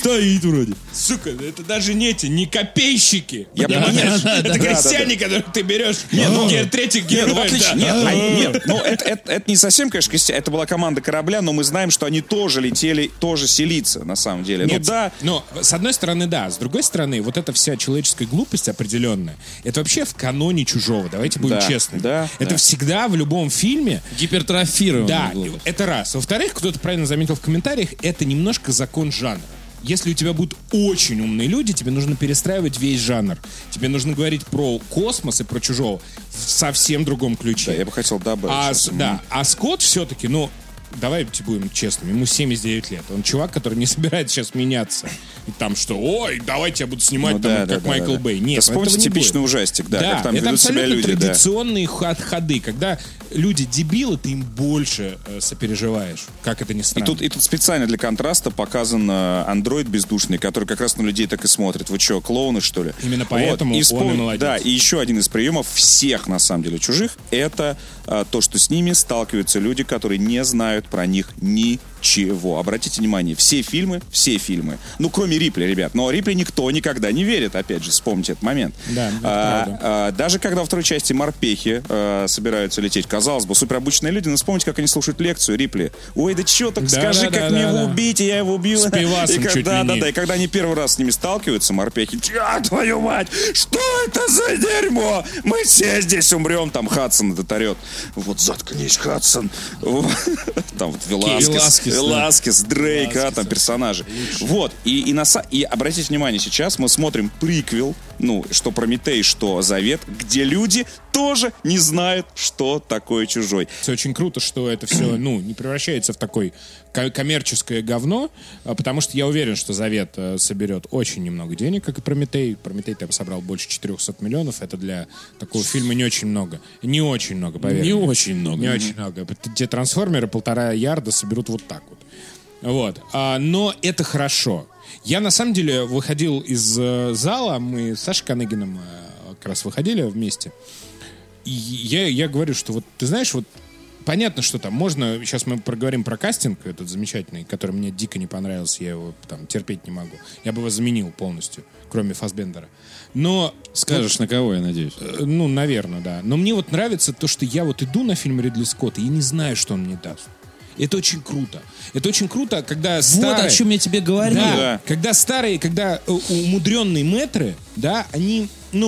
стоит вроде. Сука, это даже не эти, не копейщики. Я понимаю. Это крестьяне, которых ты берешь. Третьих героев. Нет, ну это не совсем, конечно, это была команда корабля, но мы знаем, что они тоже летели, тоже селиться, на самом деле. Нет, ну да. Но с одной стороны, да. С другой стороны, вот эта вся человеческая глупость определенная, это вообще в каноне «Чужого». Давайте будем честны. Да, это всегда в любом фильме. Гипертрофированная Да, глупость. это раз. Во-вторых, кто-то правильно заметил в комментариях, это немножко закон жанра. Если у тебя будут очень умные люди, тебе нужно перестраивать весь жанр. Тебе нужно говорить про космос и про «Чужого» в совсем другом ключе. Да, я бы хотел добавить. А Скотт все-таки, давайте будем честными, ему 79 лет. Он чувак, который не собирается сейчас меняться. И там что, давайте я буду снимать как Майкл Бэй. Нет, да, вспомните типичный ужастик, как там это ведут себя абсолютно люди. традиционные ходы, когда люди дебилы, ты им больше сопереживаешь, как это ни странно. И тут специально для контраста показан андроид бездушный, который как раз на людей так и смотрит. Вы что, клоуны, что ли? Именно поэтому он и молодец. Да, и еще один из приемов всех, на самом деле, «Чужих», это то, что с ними сталкиваются люди, которые не знают про них ничего. Обратите внимание, все фильмы, кроме Рипли, ребят, но Рипли никто никогда не верит, опять же, вспомните этот момент. Да, правда. Даже когда во второй части морпехи собираются лететь, казалось бы, суперобычные люди, но вспомните, как они слушают лекцию Рипли. Ой, да что, так скажи, как мне его убить, и я его убью. С пивасом чуть ли не. И когда они первый раз с ними сталкиваются, морпехи, твою мать, что это за дерьмо? Мы все здесь умрем, там Хадсон этот орет. Вот заткнись, Хадсон. Там вот Веласкес, Дрейк, там персонажи. Вот, и обратите внимание, сейчас мы смотрим приквел, что Прометей, что Завет, где люди тоже не знают, что такое «Чужой». Все очень круто, что это все, не превращается в такое коммерческое говно, потому что я уверен, что «Завет» соберет очень немного денег, как и «Прометей». «Прометей» там собрал больше 400 миллионов. Это для такого фильма не очень много. Не очень много, поверь. Не очень много. Не очень много. Те «Трансформеры» 1,5 ярда соберут вот так вот. Вот. Но это хорошо. Я, на самом деле, выходил из зала, мы с Сашей Каныгиным как раз выходили вместе, и я говорю, что вот, ты знаешь, вот понятно, что там можно, сейчас мы проговорим про кастинг этот замечательный, который мне дико не понравился, я его там терпеть не могу. Я бы его заменил полностью, кроме Фассбендера. Но... Скажешь, на кого, я надеюсь? Наверное, да. Но мне вот нравится то, что я вот иду на фильм Ридли Скотта и не знаю, что он мне даст. Это очень круто. Это очень круто, когда старые... Вот о чем я тебе говорил. Да, когда старые, когда умудренные мэтры, да, они,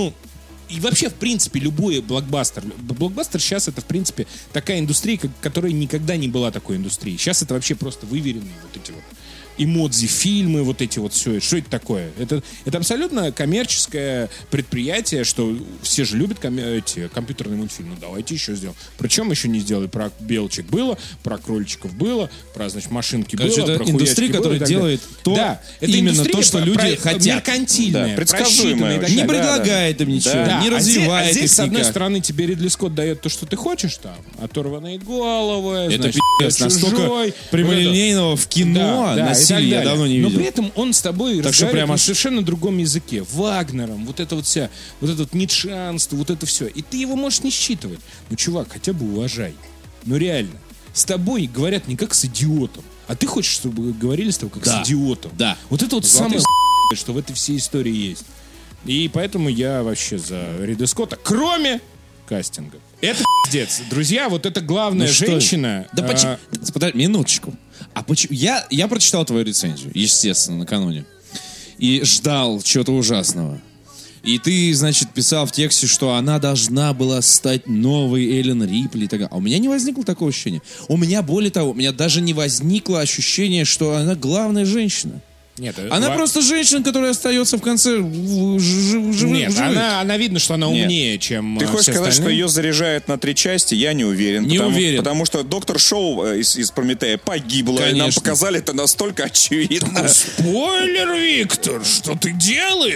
и вообще, в принципе, любой блокбастер. Блокбастер сейчас это, в принципе, такая индустрия, которая никогда не была такой индустрией. Сейчас это вообще просто выверенные вот эти вот эмодзи-фильмы, вот эти вот все. Что это такое? Это абсолютно коммерческое предприятие, что все же любят эти компьютерные мультфильмы. Давайте еще сделаем. Причем еще не сделали. Про белочек было, про кроличиков было, про, значит, машинки было, это про индустрия, которая делает то, именно то, что люди хотят. Меркантильная, предсказуемая. Не предлагает им ничего, не развивает их. Здесь, с одной стороны, тебе Ридли Скотт дает то, что ты хочешь, там, оторванные головы, это пи***ц, настолько прямолинейного в кино насилия я давно не видел. Но при этом он с тобой разговаривает на совершенно другом языке. Вагнером, вот это вот вся, вот это вот ницшанство, вот это все. И ты его можешь не считывать. Чувак, хотя бы уважай. Реально. С тобой говорят не как с идиотом, а ты хочешь, чтобы говорили с тобой как с идиотом. Да. Вот это вот самое что в этой всей истории есть. И поэтому я вообще за Ридли Скотта, кроме кастинга. Это пиздец. Друзья, вот это главная женщина. Да почему? Подожди, минуточку. А почему? Я прочитал твою рецензию, естественно, накануне. И ждал чего-то ужасного. И ты, значит, писал в тексте, что она должна была стать новой Эллен Рипли и так далее. А у меня не возникло такого ощущения. У меня, более того, у меня даже не возникло ощущения, что она главная женщина. Нет, она просто женщина, которая остается в конце живым. Нет, она видно, что она умнее, чем ты хочешь сказать, что ее заряжают на 3 части? Я не уверен. Потому что доктор Шоу из Прометея погибла. Конечно. И нам показали это настолько очевидно. Спойлер, Виктор, что ты делаешь?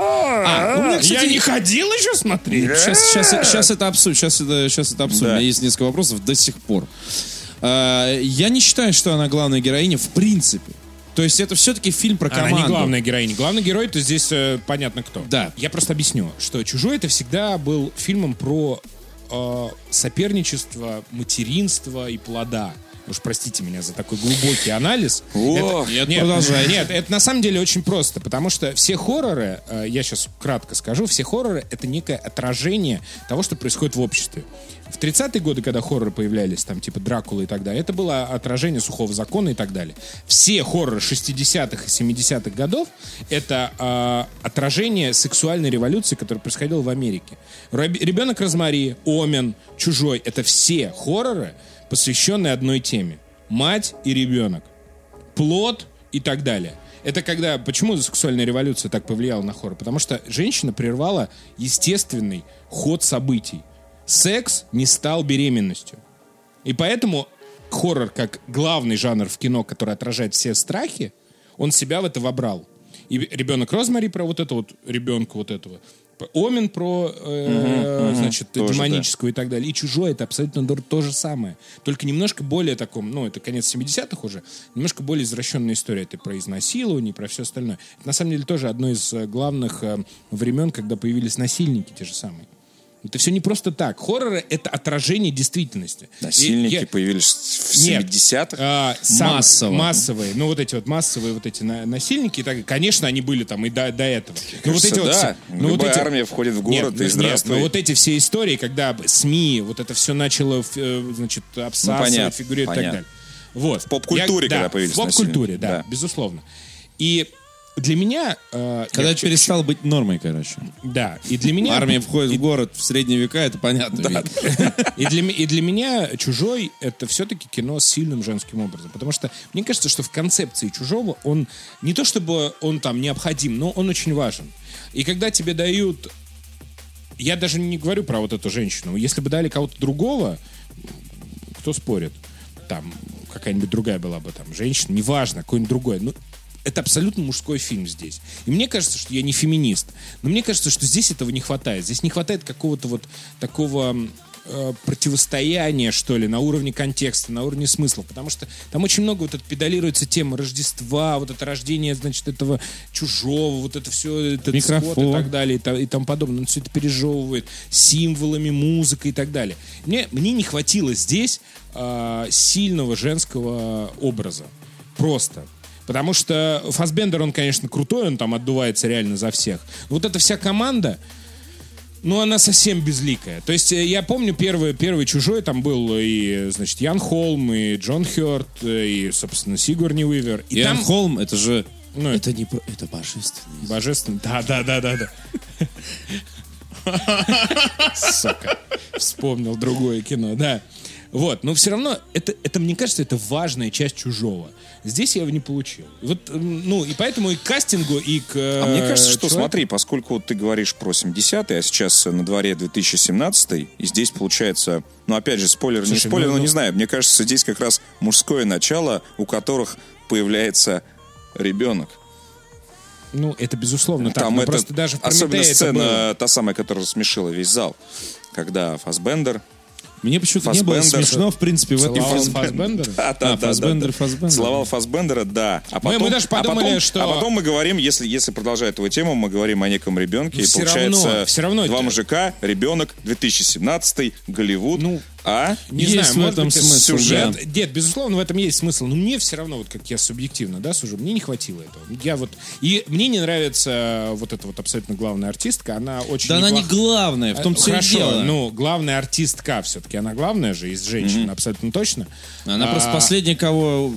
Да. Я не ходил еще смотреть. Сейчас это обсудим. Сейчас это обсудим. У меня есть несколько вопросов до сих пор. Я не считаю, что она главная героиня в принципе. То есть это все-таки фильм про команду. Она не главная героиня. Главный герой, то здесь понятно кто. Да. Я просто объясню, что «Чужой» это всегда был фильмом про соперничество, материнство и плода. уж простите меня за такой глубокий анализ. Нет, продолжай. Нет, это на самом деле очень просто, потому что все хорроры, я сейчас кратко скажу, все хорроры — это некое отражение того, что происходит в обществе. В 30-е годы, когда хорроры появлялись, там типа Дракула и так далее, это было отражение сухого закона и так далее. Все хорроры 60-х и 70-х годов — это отражение сексуальной революции, которая происходила в Америке. «Ребенок Розмари», «Омен», «Чужой» — это все хорроры, посвященные одной теме. Мать и ребенок. Плод и так далее. Это когда... Почему сексуальная революция так повлияла на хоррор? Потому что женщина прервала естественный ход событий. Секс не стал беременностью. И поэтому хоррор, как главный жанр в кино, который отражает все страхи, он себя в это вобрал. И «Ребенок Розмари» про вот это вот ребенка вот этого. «Омен» про, значит, демонического, да, и так далее. И «Чужой» — это абсолютно то же самое. Только немножко более таком, ну, это конец 70-х уже, немножко более извращенная история. Это про изнасилование, про все остальное. Это, на самом деле, тоже одно из главных времен, когда появились насильники те же самые. Это все не просто так. Хорроры — это отражение действительности. Насильники появились в 70-х? Массовые. Ну, вот эти вот массовые вот эти насильники. Так, конечно, они были там и до этого. Но кажется, вот эти да. Вот, ну, любая вот эти... армия входит в город и здравствуй. Но вот эти все истории, когда СМИ, вот это все начало, значит, обсасывать, фигурировать и так далее. Вот. В поп-культуре, когда появились насильники. В поп-культуре, да, безусловно. И для меня... Когда это перестало быть нормой, короче. Да, и для меня... Армия входит в город в средние века, это понятно. Да. И для меня «Чужой» — это все-таки кино с сильным женским образом. Потому что мне кажется, что в концепции «Чужого» он не то чтобы он там необходим, но он очень важен. И когда тебе дают... Я даже не говорю про вот эту женщину. Если бы дали кого-то другого, кто спорит? Там какая-нибудь другая была бы там женщина, неважно, какой-нибудь другой. Ну, это абсолютно мужской фильм здесь. И мне кажется, что я не феминист, но мне кажется, что здесь этого не хватает. Здесь не хватает какого-то вот такого противостояния, что ли, на уровне контекста, на уровне смыслов. Потому что там очень много вот это педалируется тема Рождества, вот это рождение, значит, этого чужого, вот это все, этот микрофон скот и так далее, и тому подобное. Он все это пережевывает символами, музыкой и так далее. Мне не хватило здесь сильного женского образа. Просто. Потому что Фассбендер, он, конечно, крутой, он там отдувается реально за всех. Но вот эта вся команда, ну, она совсем безликая. То есть я помню первый «Чужой», там был и, значит, Ян Холм, и Джон Хёрд, и, собственно, Сигурни Уивер. И Ян там... Холм, это же... Ну, это не про... Это божественно. Божественно, да. Сука. Вспомнил другое кино, да. Вот, но все равно, это, мне кажется, это важная часть «Чужого». Здесь я его не получил. Вот, ну, и поэтому и к кастингу, и к... А мне кажется, что, смотри, поскольку ты говоришь про 70-е, а сейчас на дворе 2017-й, и здесь получается, ну, опять же, спойлер, слушай, не спойлер, но не знаю, мне кажется, здесь как раз мужское начало, у которых появляется ребенок. Ну, это безусловно так. Там это, просто даже в особенно сцена, та самая, которая рассмешила весь зал, когда Фассбендер... Мне почему-то не было смешно, в принципе, в этом Фассбендера? Да. Фассбендер. Целовал Фассбендера, да. А потом, мы даже подумали, что... А потом мы говорим, если продолжать эту тему, мы говорим о неком ребенке, и получается два мужика, ребенок, 2017, Голливуд. Ну, не есть знаю, в этом смысл. Сюжет. Нет, безусловно, в этом есть смысл. Но мне все равно, вот как я субъективно, да, сужу, мне не хватило этого. И мне не нравится вот эта вот абсолютно главная артистка. Она очень она не главная, в том все и дело. Ну, главная артистка все-таки. Она главная же из женщин, абсолютно точно. Она просто последняя, кого...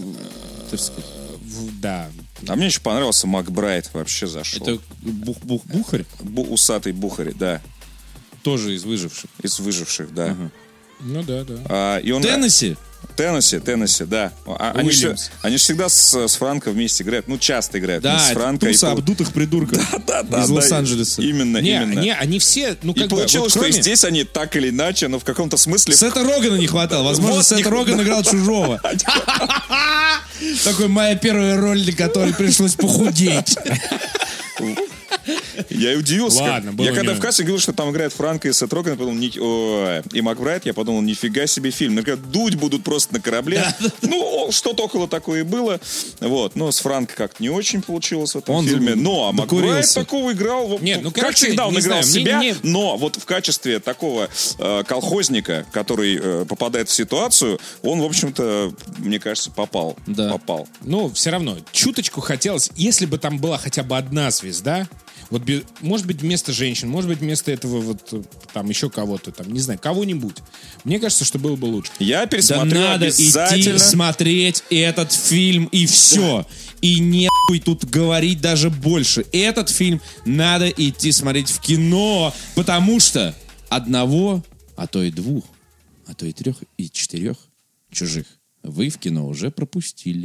Да. А мне еще понравился Макбрайт, вообще зашел. Это Бухарь? Усатый Бухарь, да. Тоже из выживших. Из выживших, да. Ну да. И он... Теннесси, да. Они же всегда с Франко вместе играют. Ну, часто играют. Да, с Франко это туса обдутых придурков из Лос-Анджелеса. Именно. Не, они все... Ну, и получилось, что и здесь они так или иначе, но в каком-то смысле... Сета Рогана не хватало. Возможно, Сет Роган играл Чужого. Такой моя первая роль, для которой пришлось похудеть. Я и удивился. Ладно, Я когда в кассе говорил, что там играет Франко и Сет Роген, я подумал, и Макбрайт, я подумал, нифига себе фильм. Наверняка дуть будут просто на корабле. Ну, что-то около такое и было. Вот. Но с Франко как-то не очень получилось в этом фильме. Но а Макбрайт такого играл. Нет, ну, как всегда, он играл себя, но вот в качестве такого колхозника, который попадает в ситуацию, он, в общем-то, мне кажется, попал. Да. Попал. Ну, все равно, чуточку хотелось, если бы там была хотя бы одна звезда, вот, может быть, вместо женщин, может быть, вместо этого вот там еще кого-то, там, не знаю, кого-нибудь. Мне кажется, что было бы лучше. Я пересмотрю надо обязательно. идти смотреть этот фильм, и все. И не тут говорить даже больше. Этот фильм надо идти смотреть в кино, потому что одного, а то и двух, а то и 3 и 4 чужих вы в кино уже пропустили.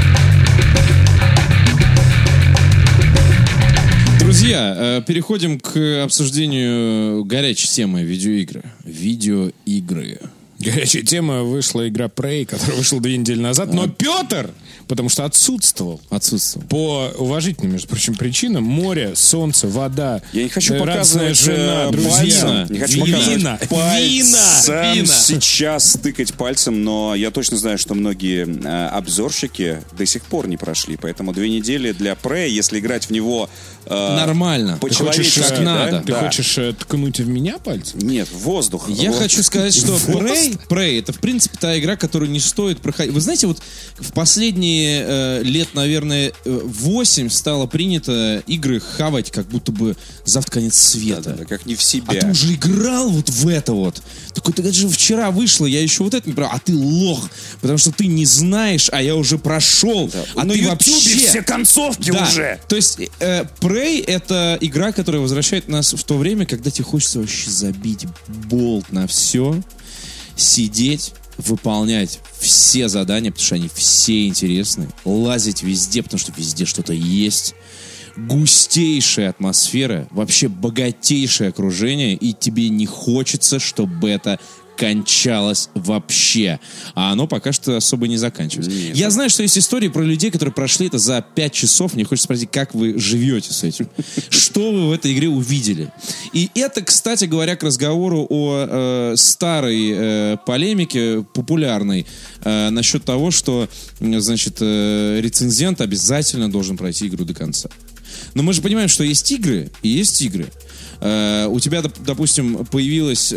Друзья, переходим к обсуждению горячей темы видеоигры. Видеоигры. Горячая тема, вышла игра Prey, которая вышла 2 недели назад, но Петр, потому что отсутствовал. По уважительным, между прочим, причинам. Море, солнце, вода. Я не хочу показывать жена, друзья. Не хочу показывать пальцем сейчас тыкать пальцем, но я точно знаю, что многие обзорщики до сих пор не прошли. Поэтому 2 недели для Prey, если играть в него нормально. По-человечески, как надо. Ты хочешь ткнуть в меня пальцем? Нет, в воздух. Я хочу сказать, что Prey это, в принципе, та игра, которую не стоит проходить. Вы знаете, вот в последние лет, наверное, 8 стало принято игры хавать, как будто бы завтра конец света. Да, как не в себя. А ты уже играл вот в это вот. Такой, это же вчера вышло, я еще вот это не брал. А ты лох, потому что ты не знаешь, а я уже прошел. Да. А на ты Ютубе вообще... все концовки уже. То есть Prey — это игра, которая возвращает нас в то время, когда тебе хочется вообще забить болт на все, сидеть, выполнять все задания, потому что они все интересны, лазить везде, потому что везде что-то есть, густейшая атмосфера, вообще богатейшее окружение, и тебе не хочется, чтобы это кончалось вообще. А оно пока что особо не заканчивается. Нет. Я знаю, что есть истории про людей, которые прошли это за 5 часов. Мне хочется спросить, как вы живете с этим? Что вы в этой игре увидели? И это, кстати говоря, к разговору о старой полемике, популярной, насчет того, что, значит, рецензент обязательно должен пройти игру до конца. Но мы же понимаем, что есть игры и есть игры. У тебя, допустим, появилась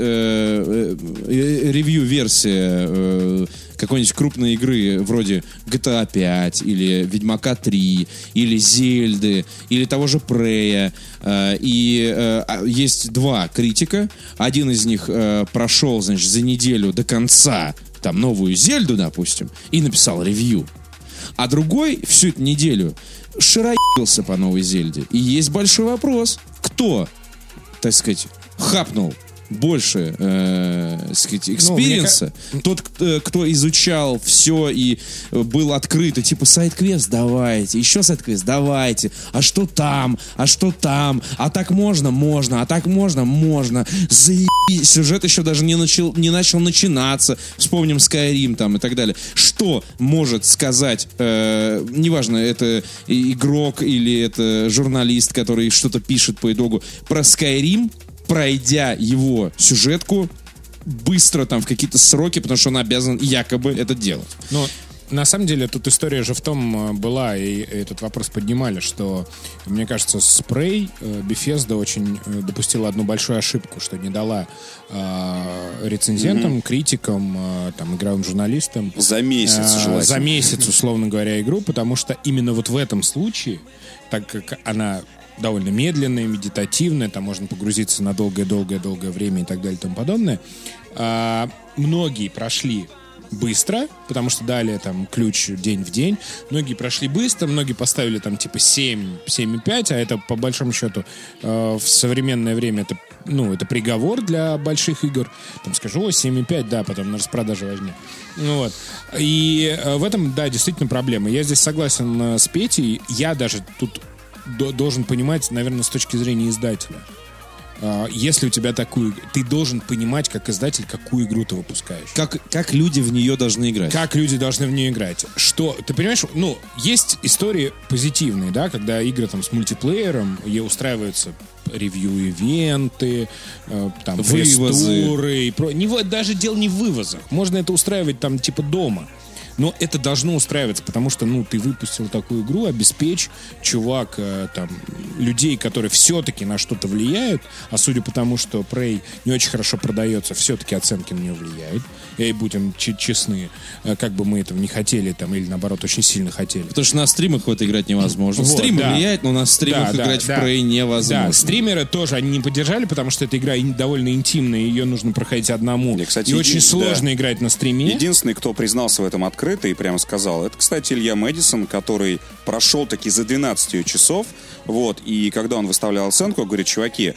ревью-версия какой-нибудь крупной игры вроде GTA 5 или Ведьмака 3 или Зельды или того же Прея. И есть 2 критика. Один из них прошел, значит, за неделю до конца там новую Зельду, допустим, и написал ревью. А другой всю эту неделю шароебился по новой Зельде. И есть большой вопрос. Кто, так сказать, хапнул больше, сказать, экспириенса? Тот, кто изучал все и был открыт, и типа сайд-квест давайте, еще сайд-квест давайте, а что там, а так можно, а так можно, заебись, сюжет еще даже не начал начинаться, вспомним Skyrim там и так далее. Что может сказать, неважно, это игрок или это журналист, который что-то пишет по итогу про Skyrim, пройдя его сюжетку быстро, там, в какие-то сроки, потому что он обязан якобы это делать. Но на самом деле тут история же в том была, и этот вопрос поднимали, что, мне кажется, с Prey Bethesda очень допустила одну большую ошибку, что не дала рецензентам, критикам, там, игровым журналистам за месяц, желательно. За месяц, условно говоря, игру, потому что именно вот в этом случае, так как она довольно медленная, медитативная, там можно погрузиться на долгое-долгое время и так далее и тому подобное. Многие прошли быстро, потому что дали там ключ день в день. Многие прошли быстро, многие поставили там типа 7,5, а это по большому счету в современное время это, ну, это приговор для больших игр. Там скажу, 7,5, да, потом на распродаже возьми. Ну, вот. И в этом, да, действительно проблема. Я здесь согласен с Петей. Я даже тут должен понимать, наверное, с точки зрения издателя. если у тебя такую... Ты должен понимать, как издатель, какую игру ты выпускаешь. Как люди в нее должны играть. Как люди должны в нее играть. Что, ты понимаешь, ну, есть истории позитивные, да, когда игры там с мультиплеером, устраиваются ревью-ивенты, там, вывозы. Даже дело не в вывозах. Можно это устраивать там типа дома. Но это должно устраиваться, потому что, ну, ты выпустил такую игру, обеспечь, чувак, там, людей, которые все-таки на что-то влияют, а судя по тому, что Prey не очень хорошо продается, все-таки оценки на нее влияют. И будем честны, как бы мы этого не хотели, там, или наоборот, очень сильно хотели. Потому что на стримах в это играть невозможно. Вот, стримы влияют, но на стримах играть в Prey невозможно. Да, стримеры тоже, они не поддержали, потому что эта игра довольно интимная, ее нужно проходить одному. Кстати, и очень сложно играть на стриме. Единственный, кто признался в этом открыто и прямо сказал, это, кстати, Илья Мэдисон, который прошел таки за 12 часов, вот, и когда он выставлял оценку, говорит, чуваки,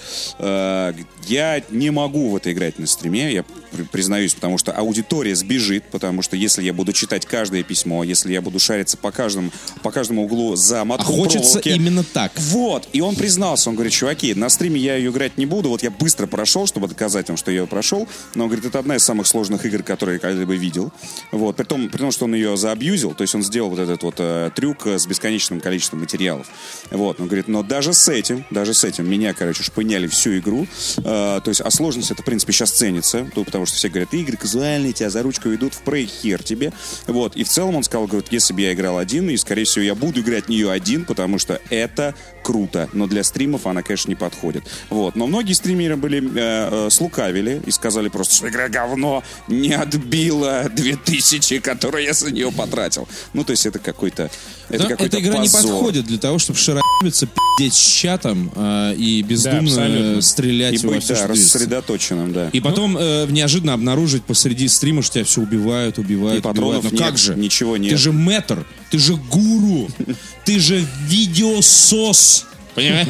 я не могу в это играть на стриме, я признаюсь, потому что аудитория сбежит, потому что если я буду читать каждое письмо, если я буду шариться по каждому углу за мотком проволоки... хочется именно так. Вот, и он признался, он говорит, чуваки, на стриме я ее играть не буду, вот я быстро прошел, чтобы доказать вам, что я ее прошел, но он говорит, это одна из самых сложных игр, которые я когда-либо видел, вот, при том, что он ее заабьюзил, то есть он сделал вот этот вот трюк с бесконечным количеством материалов, вот, он говорит, но даже с этим меня, короче, шпыняли всю игру, то есть, а сложность это, в принципе, сейчас ценится, потому что все говорят, игры казуальные, тебя за ручку ведут, в Prey хер тебе, вот, и в целом он сказал, говорит, если бы я играл один, и, скорее всего, я буду играть в нее один, потому что это круто, но для стримов она, конечно, не подходит, вот, но многие стримеры были, слукавили и сказали просто, что игра говно, не отбила 2000, которые я за нее потратил, ну, то есть, это какой-то эта игра позор. Не подходит для того, чтобы шаробиться, пиздеть с чатом и бездумно стрелять и во быть, все, что движется. рассредоточенным, да. И потом неожиданно обнаружить посреди стрима, что тебя все убивают. И патронов Но нет, как же? Ничего нет. Ты же мэтр, ты же гуру, ты же видеосос. Понимаешь?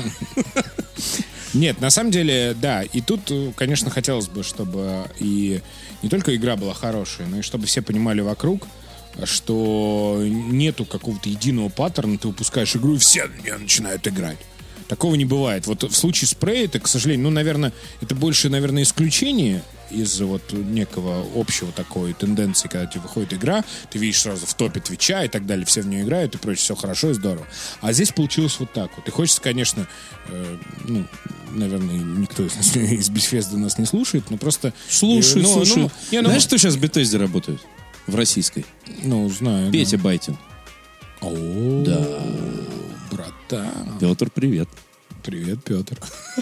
Нет, на самом деле, да. И тут, конечно, хотелось бы, чтобы и не только игра была хорошая, но и чтобы все понимали вокруг, что нету какого-то единого паттерна, ты выпускаешь игру, и все на нее начинают играть. Такого не бывает. Вот в случае с Prey, это, к сожалению, ну, наверное, это больше, наверное, исключение из вот некого общего такой тенденции, когда тебе выходит игра, ты видишь сразу в топе Твича и так далее, все в нее играют и прочее, все хорошо и здорово. А здесь получилось вот так вот. И хочется, конечно, ну, наверное, никто из Bethesda нас не слушает, но просто... Слушай. Знаешь, что сейчас в Bethesda работает? В российской? Ну, знаю. Петя Байтин. О, да. Братан. Петр, привет. Привет, Петр.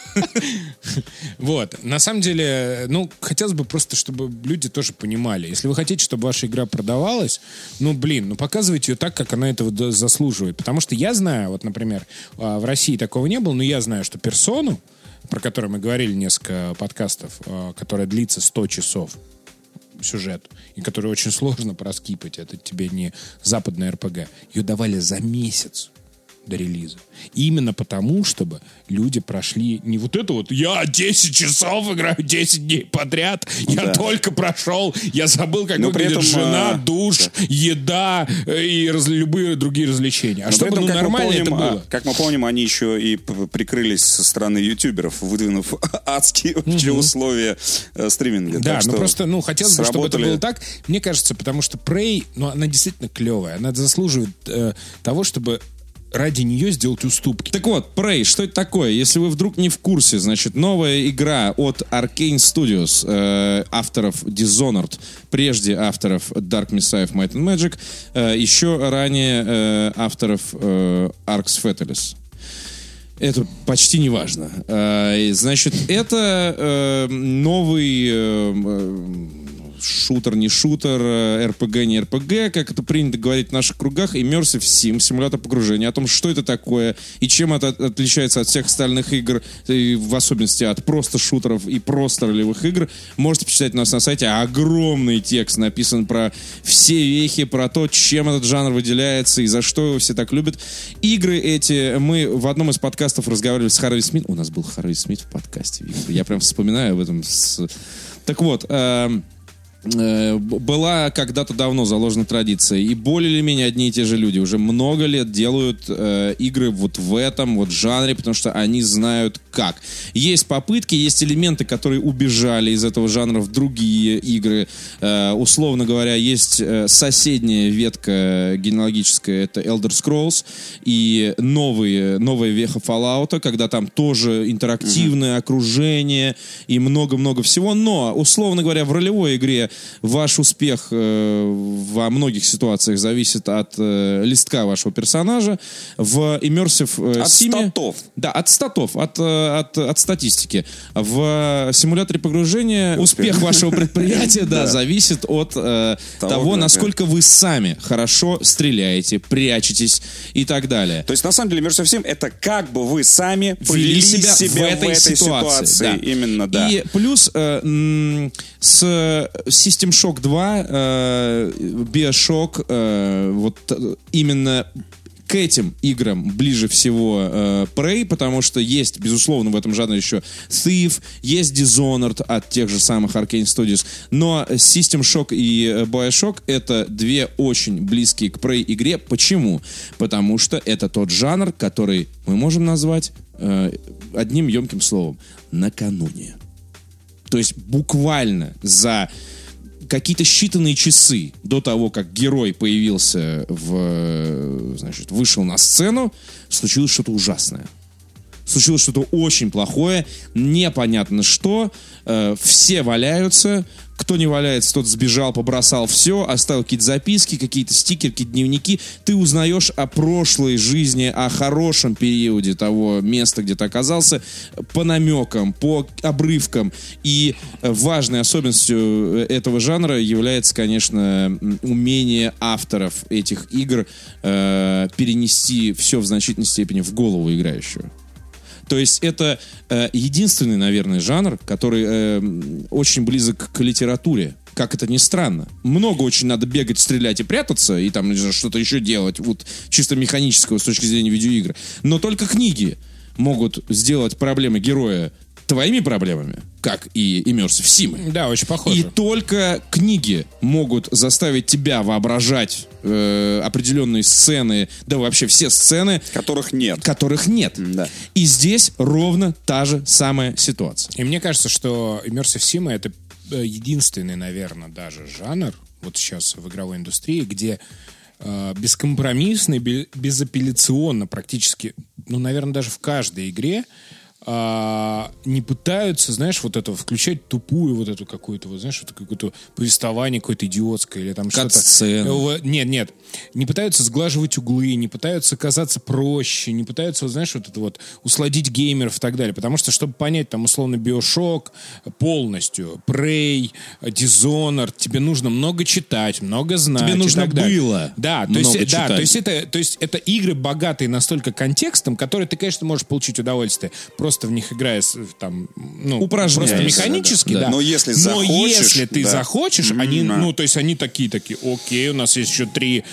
Вот. На самом деле, ну, хотелось бы просто, чтобы люди тоже понимали. Если вы хотите, чтобы ваша игра продавалась, ну, показывайте ее так, как она этого заслуживает. Потому что я знаю, вот, например, в России такого не было, но я знаю, что персону, про которую мы говорили несколько подкастов, которая длится 100 часов, сюжет, и который очень сложно проскипать, это тебе не западная РПГ, ее давали за месяц до релиза. И именно потому, чтобы люди прошли не вот это вот «я 10 часов играю 10 дней подряд, я только прошел, я забыл, как выглядит жена, душ, еда и любые другие развлечения». А чтобы нормально это было. Как мы помним, они еще и прикрылись со стороны ютуберов, выдвинув адские вообще условия стриминга. Да, ну просто, хотелось бы, чтобы это было так. Мне кажется, потому что Prey, она действительно клевая. Она заслуживает того, чтобы ради нее сделать уступки. Так вот, Prey, что это такое? Если вы вдруг не в курсе, значит, новая игра от Arkane Studios, авторов Dishonored, прежде авторов Dark Messiah, Might and Magic, еще ранее авторов Arx Fatalis. Это почти не важно. Значит, это новый шутер, не шутер, РПГ, не РПГ, как это принято говорить в наших кругах, Immersive Sim, симулятор погружения, о том, что это такое и чем это отличается от всех остальных игр, и в особенности от просто шутеров и просто ролевых игр, можете почитать у нас на сайте. Огромный текст написан про все вехи, про то, чем этот жанр выделяется и за что его все так любят. Игры эти, мы в одном из подкастов разговаривали с Харви Смит. У нас был Харви Смит в подкасте, Виктор. Я прям вспоминаю об этом. Так вот, была когда-то давно заложена традиция, и более или менее одни и те же люди уже много лет делают игры вот в этом вот жанре, потому что они знают как. Есть попытки, есть элементы, которые убежали из этого жанра в другие игры. Условно говоря, есть соседняя ветка генеалогическая, это Elder Scrolls, и новая веха Fallout, когда там тоже интерактивное окружение и много-много всего, но, условно говоря, в ролевой игре ваш успех во многих ситуациях зависит от листка вашего персонажа. В Immersive от Sim... статов. Да, от статов, от статистики. В симуляторе погружения успех вашего предприятия зависит от того, насколько вы сами хорошо стреляете, прячетесь и так далее. То есть, на самом деле, Immersive Sim — это как бы вы сами повели себя в этой ситуации. Да. Именно, да. И плюс с System Shock 2, BioShock, вот именно к этим играм ближе всего Prey, потому что есть, безусловно, в этом жанре еще Thief, есть Dishonored от тех же самых Arkane Studios, но System Shock и BioShock — это две очень близкие к Prey игре. Почему? Потому что это тот жанр, который мы можем назвать одним емким словом — накануне. То есть буквально за какие-то считанные часы до того, как герой появился вышел на сцену, случилось что-то ужасное. Случилось что-то очень плохое, непонятно что, все валяются, кто не валяется, тот сбежал, побросал все, оставил какие-то записки, какие-то стикерки, дневники. Ты узнаешь о прошлой жизни, о хорошем периоде того места, где ты оказался, по намекам, по обрывкам. И важной особенностью этого жанра является, конечно, умение авторов этих игр перенести все в значительной степени в голову играющего. То есть это единственный, наверное, жанр, который очень близок к литературе. Как это ни странно. Много очень надо бегать, стрелять и прятаться, и там что-то еще делать, вот чисто механического с точки зрения видеоигр. Но только книги могут сделать проблемы героя твоими проблемами, как и Immersive Sim. Да, очень похоже. И только книги могут заставить тебя воображать определенные сцены, да вообще все сцены, которых нет. Да. И здесь ровно та же самая ситуация. И мне кажется, что Immersive Sim — это единственный, наверное, даже жанр вот сейчас в игровой индустрии, где бескомпромиссно, безапелляционно практически, наверное, даже в каждой игре не пытаются, знаешь, вот это включать тупую вот эту какую-то, вот, знаешь, вот какое-то повествование какое-то идиотское или там что-то. Нет. Не пытаются сглаживать углы, не пытаются казаться проще, не пытаются, вот, знаешь, вот это вот усладить геймеров и так далее. Потому что, чтобы понять, там, условно, BioShock полностью, Prey, Dishonored, тебе нужно много читать, много знать. Тебе нужно было. Да, то есть это игры, богатые настолько контекстом, которые ты, конечно, можешь получить удовольствие, просто в них играя там, упражняясь, просто механически, да. Но если ты захочешь, они, то есть они такие, окей, у нас есть еще три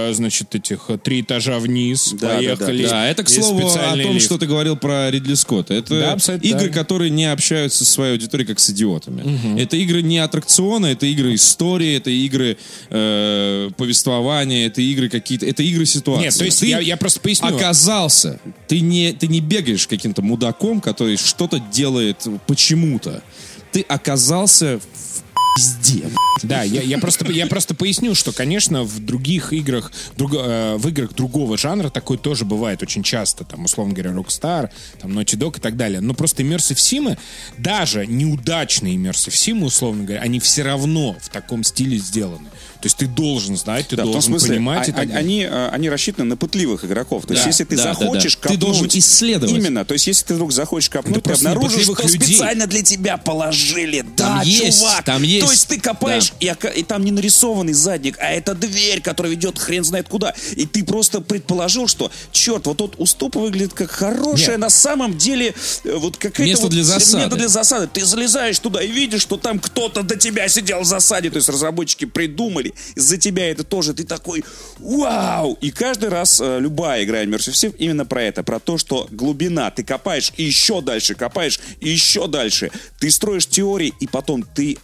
этажа вниз, поехали. Да, это, к слову, о том, что ты говорил про Ридли Скотта. Это игры, которые не общаются со своей аудиторией как с идиотами. Угу. Это игры не аттракционы, это игры истории, это игры повествования, это игры какие-то, это игры ситуации. Нет, то есть я просто поясню. Оказался, ты не бегаешь каким-то мудаком, который что-то делает почему-то. Ты оказался в пизде. Да, я просто поясню, что, конечно, в других играх, в играх другого жанра такое тоже бывает очень часто, там, условно говоря, Rockstar, там, Naughty Dog и так далее. Но просто Immersive Sim, даже неудачные Immersive Sim, условно говоря, они все равно в таком стиле сделаны. То есть ты должен знать, ты должен понимать. Они рассчитаны на пытливых игроков. То есть если ты захочешь копнуть... Ты должен исследовать. Именно. То есть если ты вдруг захочешь копнуть, ты обнаружишь, что специально для тебя положили. Там есть, чувак. Там есть. То есть ты копаешь, и там не нарисованный задник, а это дверь, которая ведет хрен знает куда. И ты просто предположил, что, черт, вот тот уступ выглядит как хорошее, на самом деле вот какая-то... Место для засады. Ты залезаешь туда и видишь, что там кто-то до тебя сидел в засаде. То есть разработчики придумали из-за тебя это тоже. Ты такой, вау! И каждый раз любая игра Immersive Sim именно про это. Про то, что глубина. Ты копаешь и еще дальше копаешь, и еще дальше. Ты строишь теории, и потом ты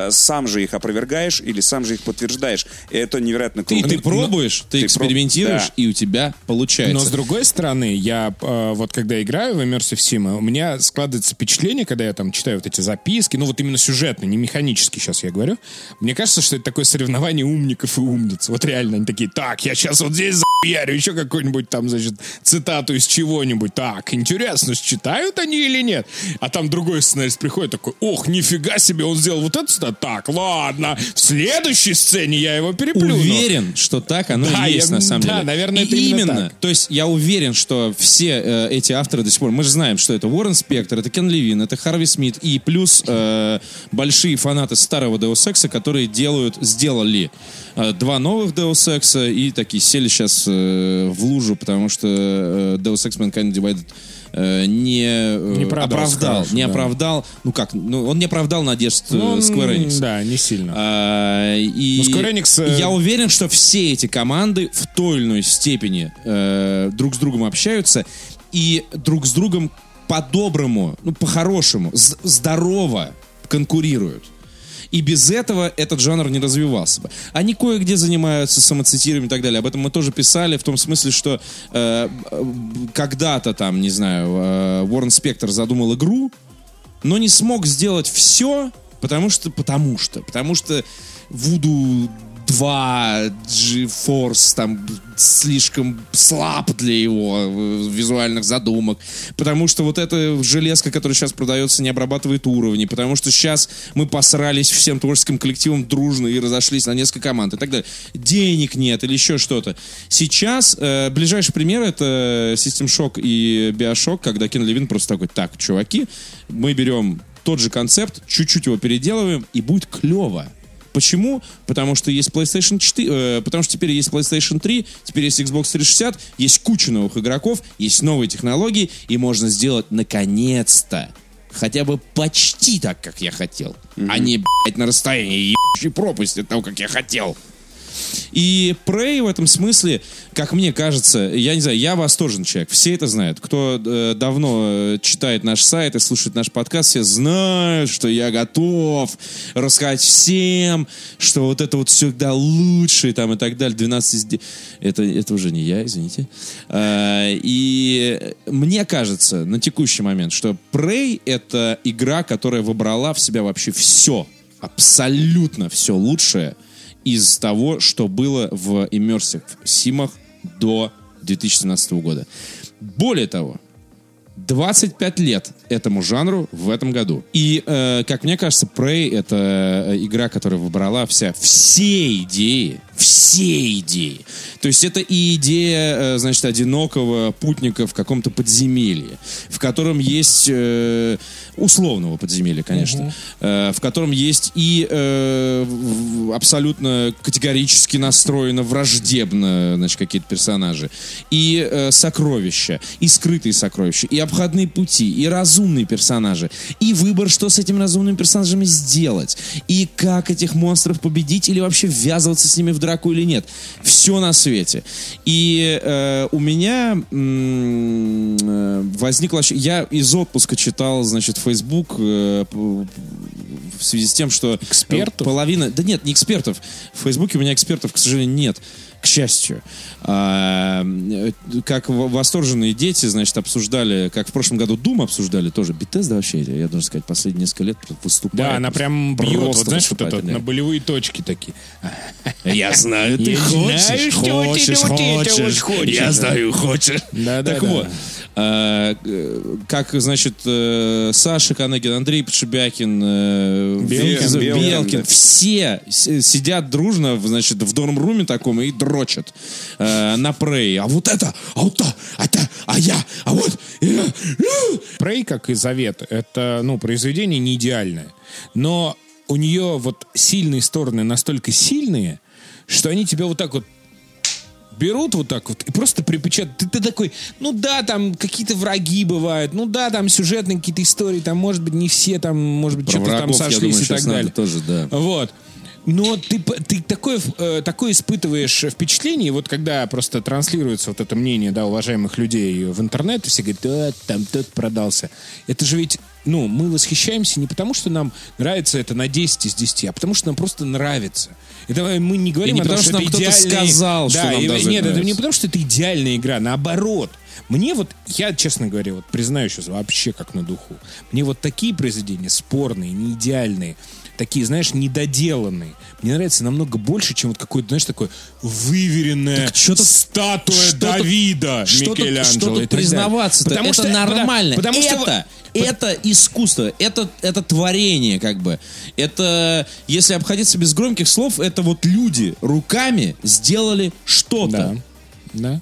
сам же их опровергаешь или сам же их подтверждаешь. И это невероятно круто. Ты пробуешь, ты экспериментируешь, да. и у тебя получается. Но с другой стороны, я вот когда играю в Immersive Sim, у меня складывается впечатление, когда я там читаю вот эти записки, ну вот именно сюжетно, не механически сейчас я говорю, мне кажется, что это такое соревнование умников и умниц. Вот реально они такие: так, я сейчас вот здесь заярю еще какую-нибудь там, значит, цитату из чего-нибудь. Так, интересно, считают они или нет? А там другой сценарист приходит такой: ох, нифига себе, он сделал вот это. Так, ладно, в следующей сцене я его переплюну. Уверен, что так оно и есть на самом деле. Да, наверное, и это именно так. То есть я уверен, что все эти авторы до сих пор, мы же знаем, что это Уоррен Спектор, это Кен Левин, это Харви Смит и плюс большие фанаты старого Deus Ex'а, которые сделали 2 новых Deus Ex'а и такие сели сейчас в лужу, потому что Deus Ex Mankind Divided не оправдал, он не оправдал надежд Square Enix. Да, не сильно. Square Enix, я уверен, что все эти команды в той или иной степени друг с другом общаются и друг с другом по-доброму, по-хорошему, здорово конкурируют. И без этого этот жанр не развивался бы. Они кое-где занимаются самоцитированием и так далее. Об этом мы тоже писали, в том смысле, что когда-то там, не знаю, Уоррен Спектор задумал игру, но не смог сделать все, потому что Voodoo 2, GeForce там слишком слаб для его визуальных задумок, потому что вот эта железка, которая сейчас продается, не обрабатывает уровни, потому что сейчас мы посрались всем творческим коллективом дружно и разошлись на несколько команд и так далее. Денег нет или еще что-то. Сейчас ближайший пример — это System Shock и BioShock, когда Кен Левин просто такой: так, чуваки, мы берем тот же концепт, чуть-чуть его переделываем, и будет клево. Почему? Потому что есть PlayStation 4, потому что теперь есть PlayStation 3, теперь есть Xbox 360, есть куча новых игроков, есть новые технологии, и можно сделать, наконец-то, хотя бы почти так, как я хотел, а не, блядь, на расстоянии ебучей пропасти от того, как я хотел. И Prey в этом смысле, как мне кажется, я не знаю, я восторженный человек, все это знают. Кто давно читает наш сайт и слушает наш подкаст, все знают, что я готов рассказать всем, что вот это вот всегда лучше там, и так далее. 12 это уже не я, извините. И мне кажется на текущий момент, что Prey — это игра, которая вобрала в себя вообще все, абсолютно все лучшее из того, что было в Immersive Sim'ах до 2017 года. Более того, 25 лет этому жанру в этом году. И, как мне кажется, Prey — это игра, которая выбрала все идеи. То есть это и идея, значит, одинокого путника в каком-то подземелье, в котором есть условного подземелья, конечно, в котором есть и абсолютно категорически настроено враждебно, значит, какие-то персонажи, и сокровища, и скрытые сокровища, и обходные пути, и разумные персонажи, и выбор, что с этими разумными персонажами сделать, и как этих монстров победить или вообще ввязываться с ними в драку или нет. Все на свете. И у меня возникло... Я из отпуска читал, значит, Facebook в связи с тем, что... Экспертов? Половина... Да нет, не экспертов. В Фейсбуке у меня экспертов, к сожалению, нет. К счастью. Как восторженные дети, значит, обсуждали, как в прошлом году Doom обсуждали тоже. Bethesda вообще, я должен сказать, последние несколько лет выступает. Да, она прям бьет, вот, знаешь, вот это, на болевые точки такие. Я знаю, ты хочешь. Я знаю, хочешь. Так вот, как, значит, Саша Конегин, Андрей Подшибякин, Белкин, все сидят дружно, значит, в дормруме таком и дрочат на Prey. А вот это, а вот то, а я, а вот... Prey, как и Завет, это, ну, произведение не идеальное. Но у нее вот сильные стороны настолько сильные, что они тебя вот так вот берут вот так вот и просто припечатают. Ты такой, ну да, там какие-то враги бывают, ну да, там сюжетные какие-то истории, там, может быть, не все там, может быть, что-то там сошлись и так далее. Тоже, да. Вот. Но ты такое испытываешь впечатление, вот когда просто транслируется вот это мнение, да, уважаемых людей в интернете, все говорят, да, там тот продался. Это же ведь, мы восхищаемся не потому, что нам нравится это на 10 из 10, а потому что нам просто нравится. Это мы не говорим о том, что это идеальная... сказал, что нам даже нет, нравится. это не потому, что это идеальная игра, наоборот. Мне я, честно говоря, признаю сейчас вообще как на духу, мне вот такие произведения спорные, не идеальные, такие, знаешь, недоделанные, мне нравится намного больше, чем вот какое-то, знаешь, такое выверенное статуя Давида Микеланджело. Что-то признаваться-то, это что, нормально. Это искусство, это творение, как бы. Это, если обходиться без громких слов, это вот люди руками сделали что-то. Да.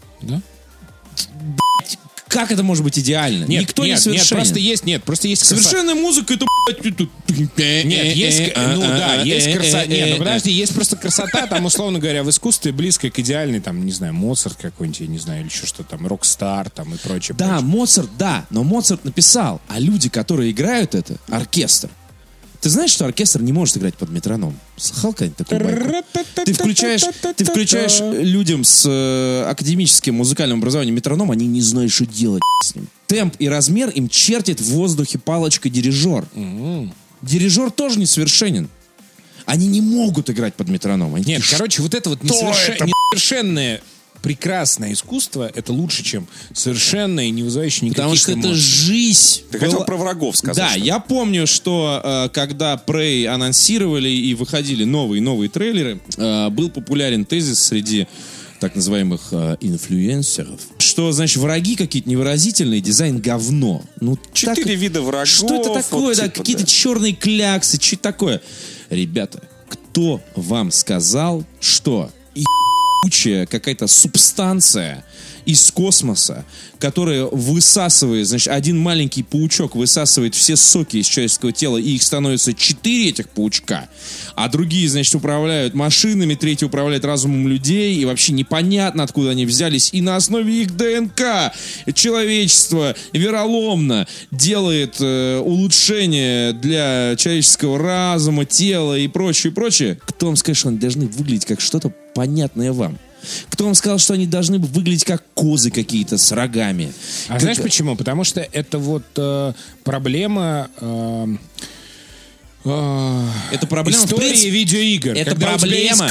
Как это может быть идеально? Никто не совершенен. Просто есть совершенная музыка, это нет, есть красота. Нет, подожди, есть просто красота, там, условно говоря, в искусстве близкой к идеальной, там, не знаю, Моцарт какой-нибудь, я не знаю, или еще что там, Рокстар, там, и прочее. Да, Моцарт, да, но Моцарт написал, а люди, которые играют это, оркестр. Ты знаешь, что оркестр не может играть под метроном? Слыхал когда-нибудь такую байку? Ты включаешь людям с академическим музыкальным образованием метроном, они не знают, что делать с ним. Темп и размер им чертит в воздухе палочкой дирижер. Дирижер тоже несовершенен. Они не могут играть под метроном. Нет, короче, вот это вот несовершенное прекрасное искусство, это лучше, чем совершенное и не вызывающее никаких эмоций. Потому что это жизнь. Ты хотел про врагов сказать. Да, я помню, что когда Prey анонсировали и выходили новые трейлеры, был популярен тезис среди так называемых инфлюенсеров, что, значит, враги какие-то невыразительные, дизайн говно. 4 вида врагов. Что это такое? Вот, какие-то черные кляксы, что такое? Ребята, кто вам сказал, что какая-то субстанция из космоса, которая высасывает, значит, один маленький паучок высасывает все соки из человеческого тела, и их становится 4 этих паучка, а другие, значит, управляют машинами, третий управляет разумом людей, и вообще непонятно, откуда они взялись, и на основе их ДНК человечество вероломно делает улучшения для человеческого разума, тела и прочее. Кто вам скажет, что они должны выглядеть как что-то понятное вам? Кто вам сказал, что они должны выглядеть как козы какие-то с рогами? Знаешь почему? Потому что это вот проблема... это проблема истории видеоигр. Это проблема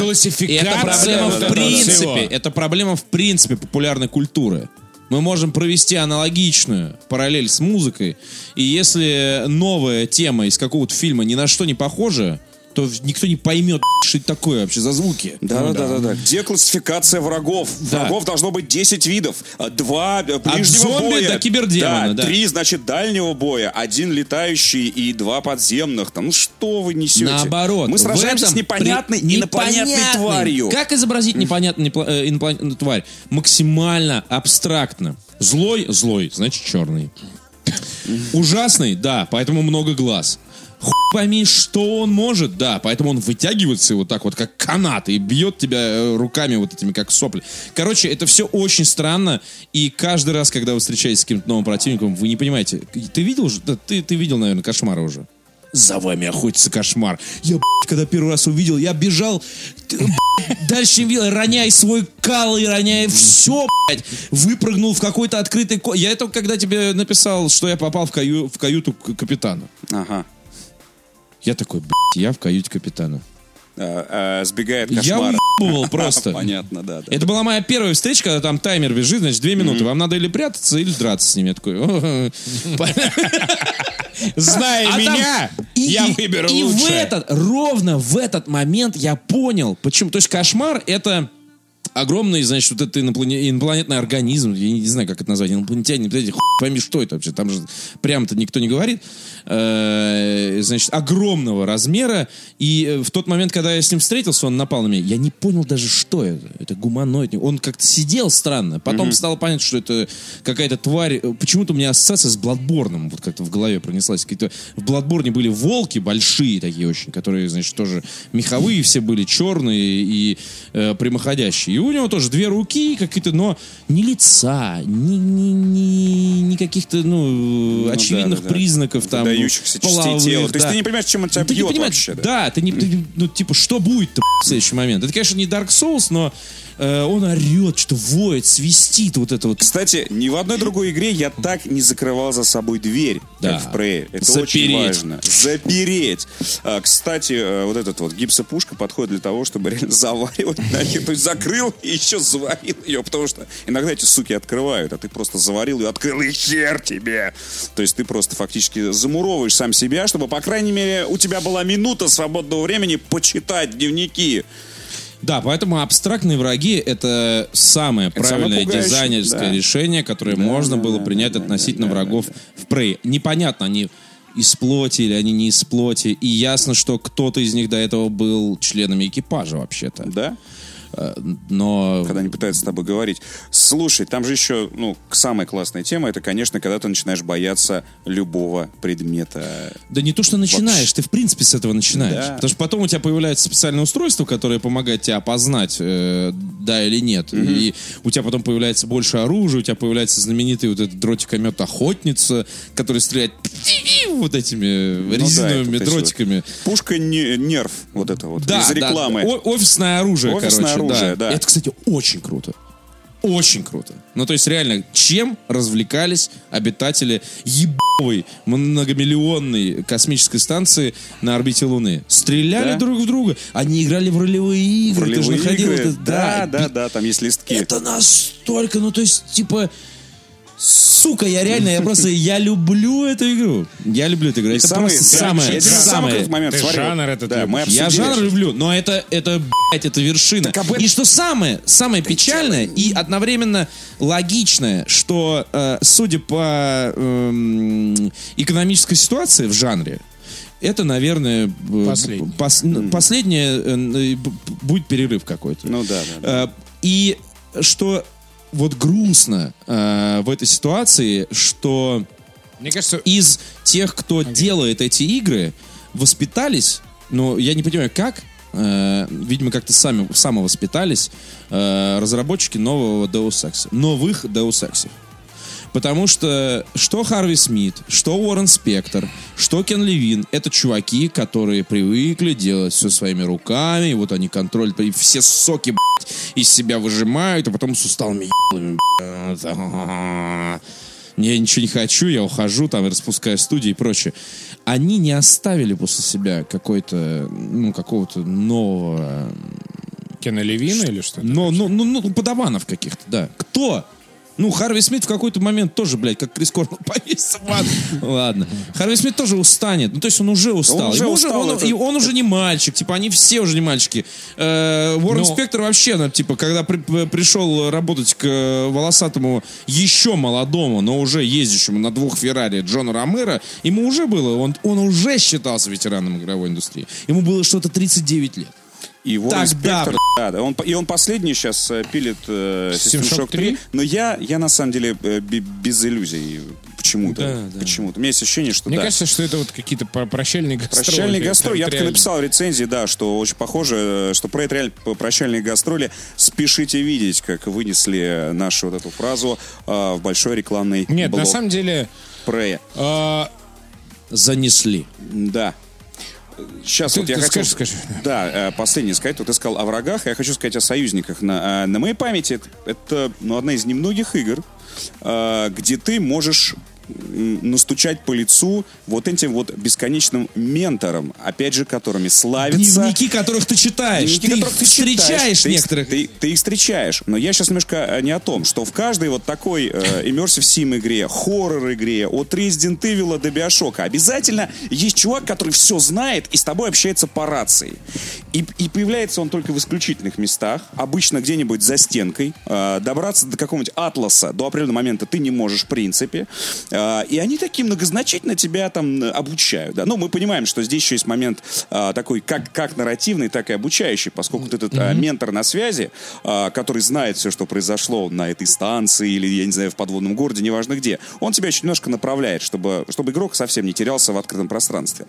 в принципе популярной культуры. Мы можем провести аналогичную параллель с музыкой. И если новая тема из какого-то фильма ни на что не похожа, то никто не поймет, что это такое вообще за звуки. Да. Где классификация врагов? Да. Врагов должно быть 10 видов. 2 ближнего от зомби боя. до кибердемона. Да. 3, значит, дальнего боя. 1 летающий и 2 подземных. Там, что вы несете? Наоборот. Мы сражаемся с непонятной инопланетной тварью. Как изобразить непонятную инопланетную тварь? Максимально абстрактно. Злой, значит, черный. Ужасный, да, поэтому много глаз. Хуй пойми, что он может, да, поэтому он вытягивается вот так вот, как канат, и бьет тебя руками вот этими, как сопли. Короче, это все очень странно, и каждый раз, когда вы встречаетесь с каким-то новым противником, вы не понимаете. Ты видел уже? Да, ты видел, наверное, Кошмара уже. За вами охотится Кошмар. Я, когда первый раз увидел, я бежал, дальше роняя свой кал и роняя все, выпрыгнул в какой-то открытый... Я это когда тебе написал, что я попал в каюту капитана. Ага. Я такой, я в каюте капитана. Сбегает Кошмар. Я уебывал просто. Понятно, да. Это была моя первая встреча, когда там таймер бежит, значит, 2 минуты. Вам надо или прятаться, или драться с ними. Я такой... Зная меня, я выберу лучше. И ровно в этот момент я понял, почему. То есть Кошмар — это... огромный, значит, вот это инопланетный организм, я не знаю, как это назвать, инопланетяне, хуй пойми, что это вообще, там же прямо-то никто не говорит, значит, огромного размера, и в тот момент, когда я с ним встретился, он напал на меня, я не понял даже, что это гуманоид, он как-то сидел странно, потом стало понятно, что это какая-то тварь, почему-то у меня ассоциация с Бладборном, вот как-то в голове пронеслась, какие-то в Бладборне были волки большие такие очень, которые, значит, тоже меховые все были, черные и прямоходящие. И у него тоже 2 руки какие-то, но ни лица, ни каких-то, очевидных признаков там. Выдающихся частей тела. То есть ты не понимаешь, чем он тебя бьет вообще. Да, ты что будет-то в следующий момент? Это, конечно, не Dark Souls, но он орет, что воет, свистит вот это вот. Кстати, ни в одной другой игре я так не закрывал за собой дверь, как в Prey. Это очень важно. Запереть. Кстати, вот этот вот гипсопушка подходит для того, чтобы реально заваривать нахер. То есть закрыл и еще заварил ее, потому что иногда эти суки открывают, а ты просто заварил ее, открыл и хер тебе. То есть ты просто фактически замуровываешь сам себя, чтобы, по крайней мере, у тебя была минута свободного времени почитать дневники. Да, поэтому абстрактные враги — это самое правильное дизайнерское решение, которое можно было принять относительно врагов в Prey. Непонятно, они из плоти или они не из плоти. И ясно, что кто-то из них до этого был членами экипажа вообще-то. Да? Но... Когда они пытаются с тобой говорить. Слушай, там же еще, самая классная тема, это, конечно, когда ты начинаешь бояться любого предмета. Да не то, что начинаешь, вообще. Ты в принципе с этого начинаешь. Да. Потому что потом у тебя появляется специальное устройство, которое помогает тебе опознать, да или нет. Mm-hmm. И у тебя потом появляется больше оружия, у тебя появляется знаменитый вот этот дротикомет охотница, который стреляет вот этими резиновыми дротиками. Вот. Пушка нерв, вот это вот, да, из рекламы. Да. Офисное оружие, Офисное оружие, да. Это, кстати, очень круто. Очень круто. То есть, реально, чем развлекались обитатели ебовой многомиллионной космической станции на орбите Луны? Стреляли друг в друга. Они играли в ролевые игры. В ролевые игры. Да, там есть листки. Это настолько, сука, я люблю эту игру. Я люблю эту игру. Это просто самое момент. Жанр этот любишь. Я жанр люблю, но это вершина. И что самое печальное и одновременно логичное, что, судя по экономической ситуации в жанре, это, наверное, последнее будет перерыв какой-то. Да. И что вот грустно в этой ситуации, что мне кажется, из тех, кто делает эти игры, воспитались, я не понимаю, как, видимо, как-то самовоспитались разработчики новых Deus Ex'ов. Потому что Харви Смит, что Уоррен Спектор, что Кен Левин — это чуваки, которые привыкли делать все своими руками, и вот они контроль, и все соки, из себя выжимают, а потом с усталыми я ничего не хочу, я ухожу, там, и распускаю студии и прочее. Они не оставили после себя какого-то нового... Кена Левина или что-то? Подаванов каких-то, да. Кто? Харви Смит в какой-то момент тоже, как Крис Корнелл повесится. Ладно. Харви Смит тоже устанет. То есть он уже устал. Он уже не мальчик. Они все уже не мальчики. Уоррен Спектор вообще, когда пришел работать к волосатому, еще молодому, но уже ездящему на 2 Феррари Джону Ромеро, ему уже было, он уже считался ветераном игровой индустрии. Ему было что-то 39 лет. И Уоррен Спектор, он последний сейчас пилит System Shock 3, но я на самом деле без иллюзий почему-то. Почему-то. У меня есть ощущение, что Мне кажется, что это вот какие-то прощальные гастроли. Прощальные гастроли. Я так написал в рецензии, что очень похоже, что про это реально прощальные гастроли. Спешите видеть, как вынесли нашу вот эту фразу в большой рекламный блок. Нет, на самом деле... Prey. Занесли. Да. Сейчас я хотел... Скажи. Да, последнее сказать. Вот ты сказал о врагах, я хочу сказать о союзниках. На моей памяти это одна из немногих игр, где ты можешь настучать по лицу вот этим вот бесконечным менторам, опять же, которыми славятся... Дневники, которых ты читаешь. Ты их встречаешь некоторых. Ты их встречаешь. Но я сейчас немножко не о том, что в каждой вот такой Immersive Sim игре, хоррор-игре, от Resident Evil до Биошока обязательно есть чувак, который все знает и с тобой общается по рации. И появляется он только в исключительных местах, обычно где-нибудь за стенкой. Добраться до какого-нибудь Атласа до определенного момента ты не можешь в принципе. И они такие многозначительно тебя там обучают. Да? Ну, мы понимаем, что здесь еще есть момент такой, как нарративный, так и обучающий, поскольку вот этот ментор на связи, который знает все, что произошло на этой станции или, я не знаю, в подводном городе, неважно где, он тебя еще немножко направляет, чтобы игрок совсем не терялся в открытом пространстве.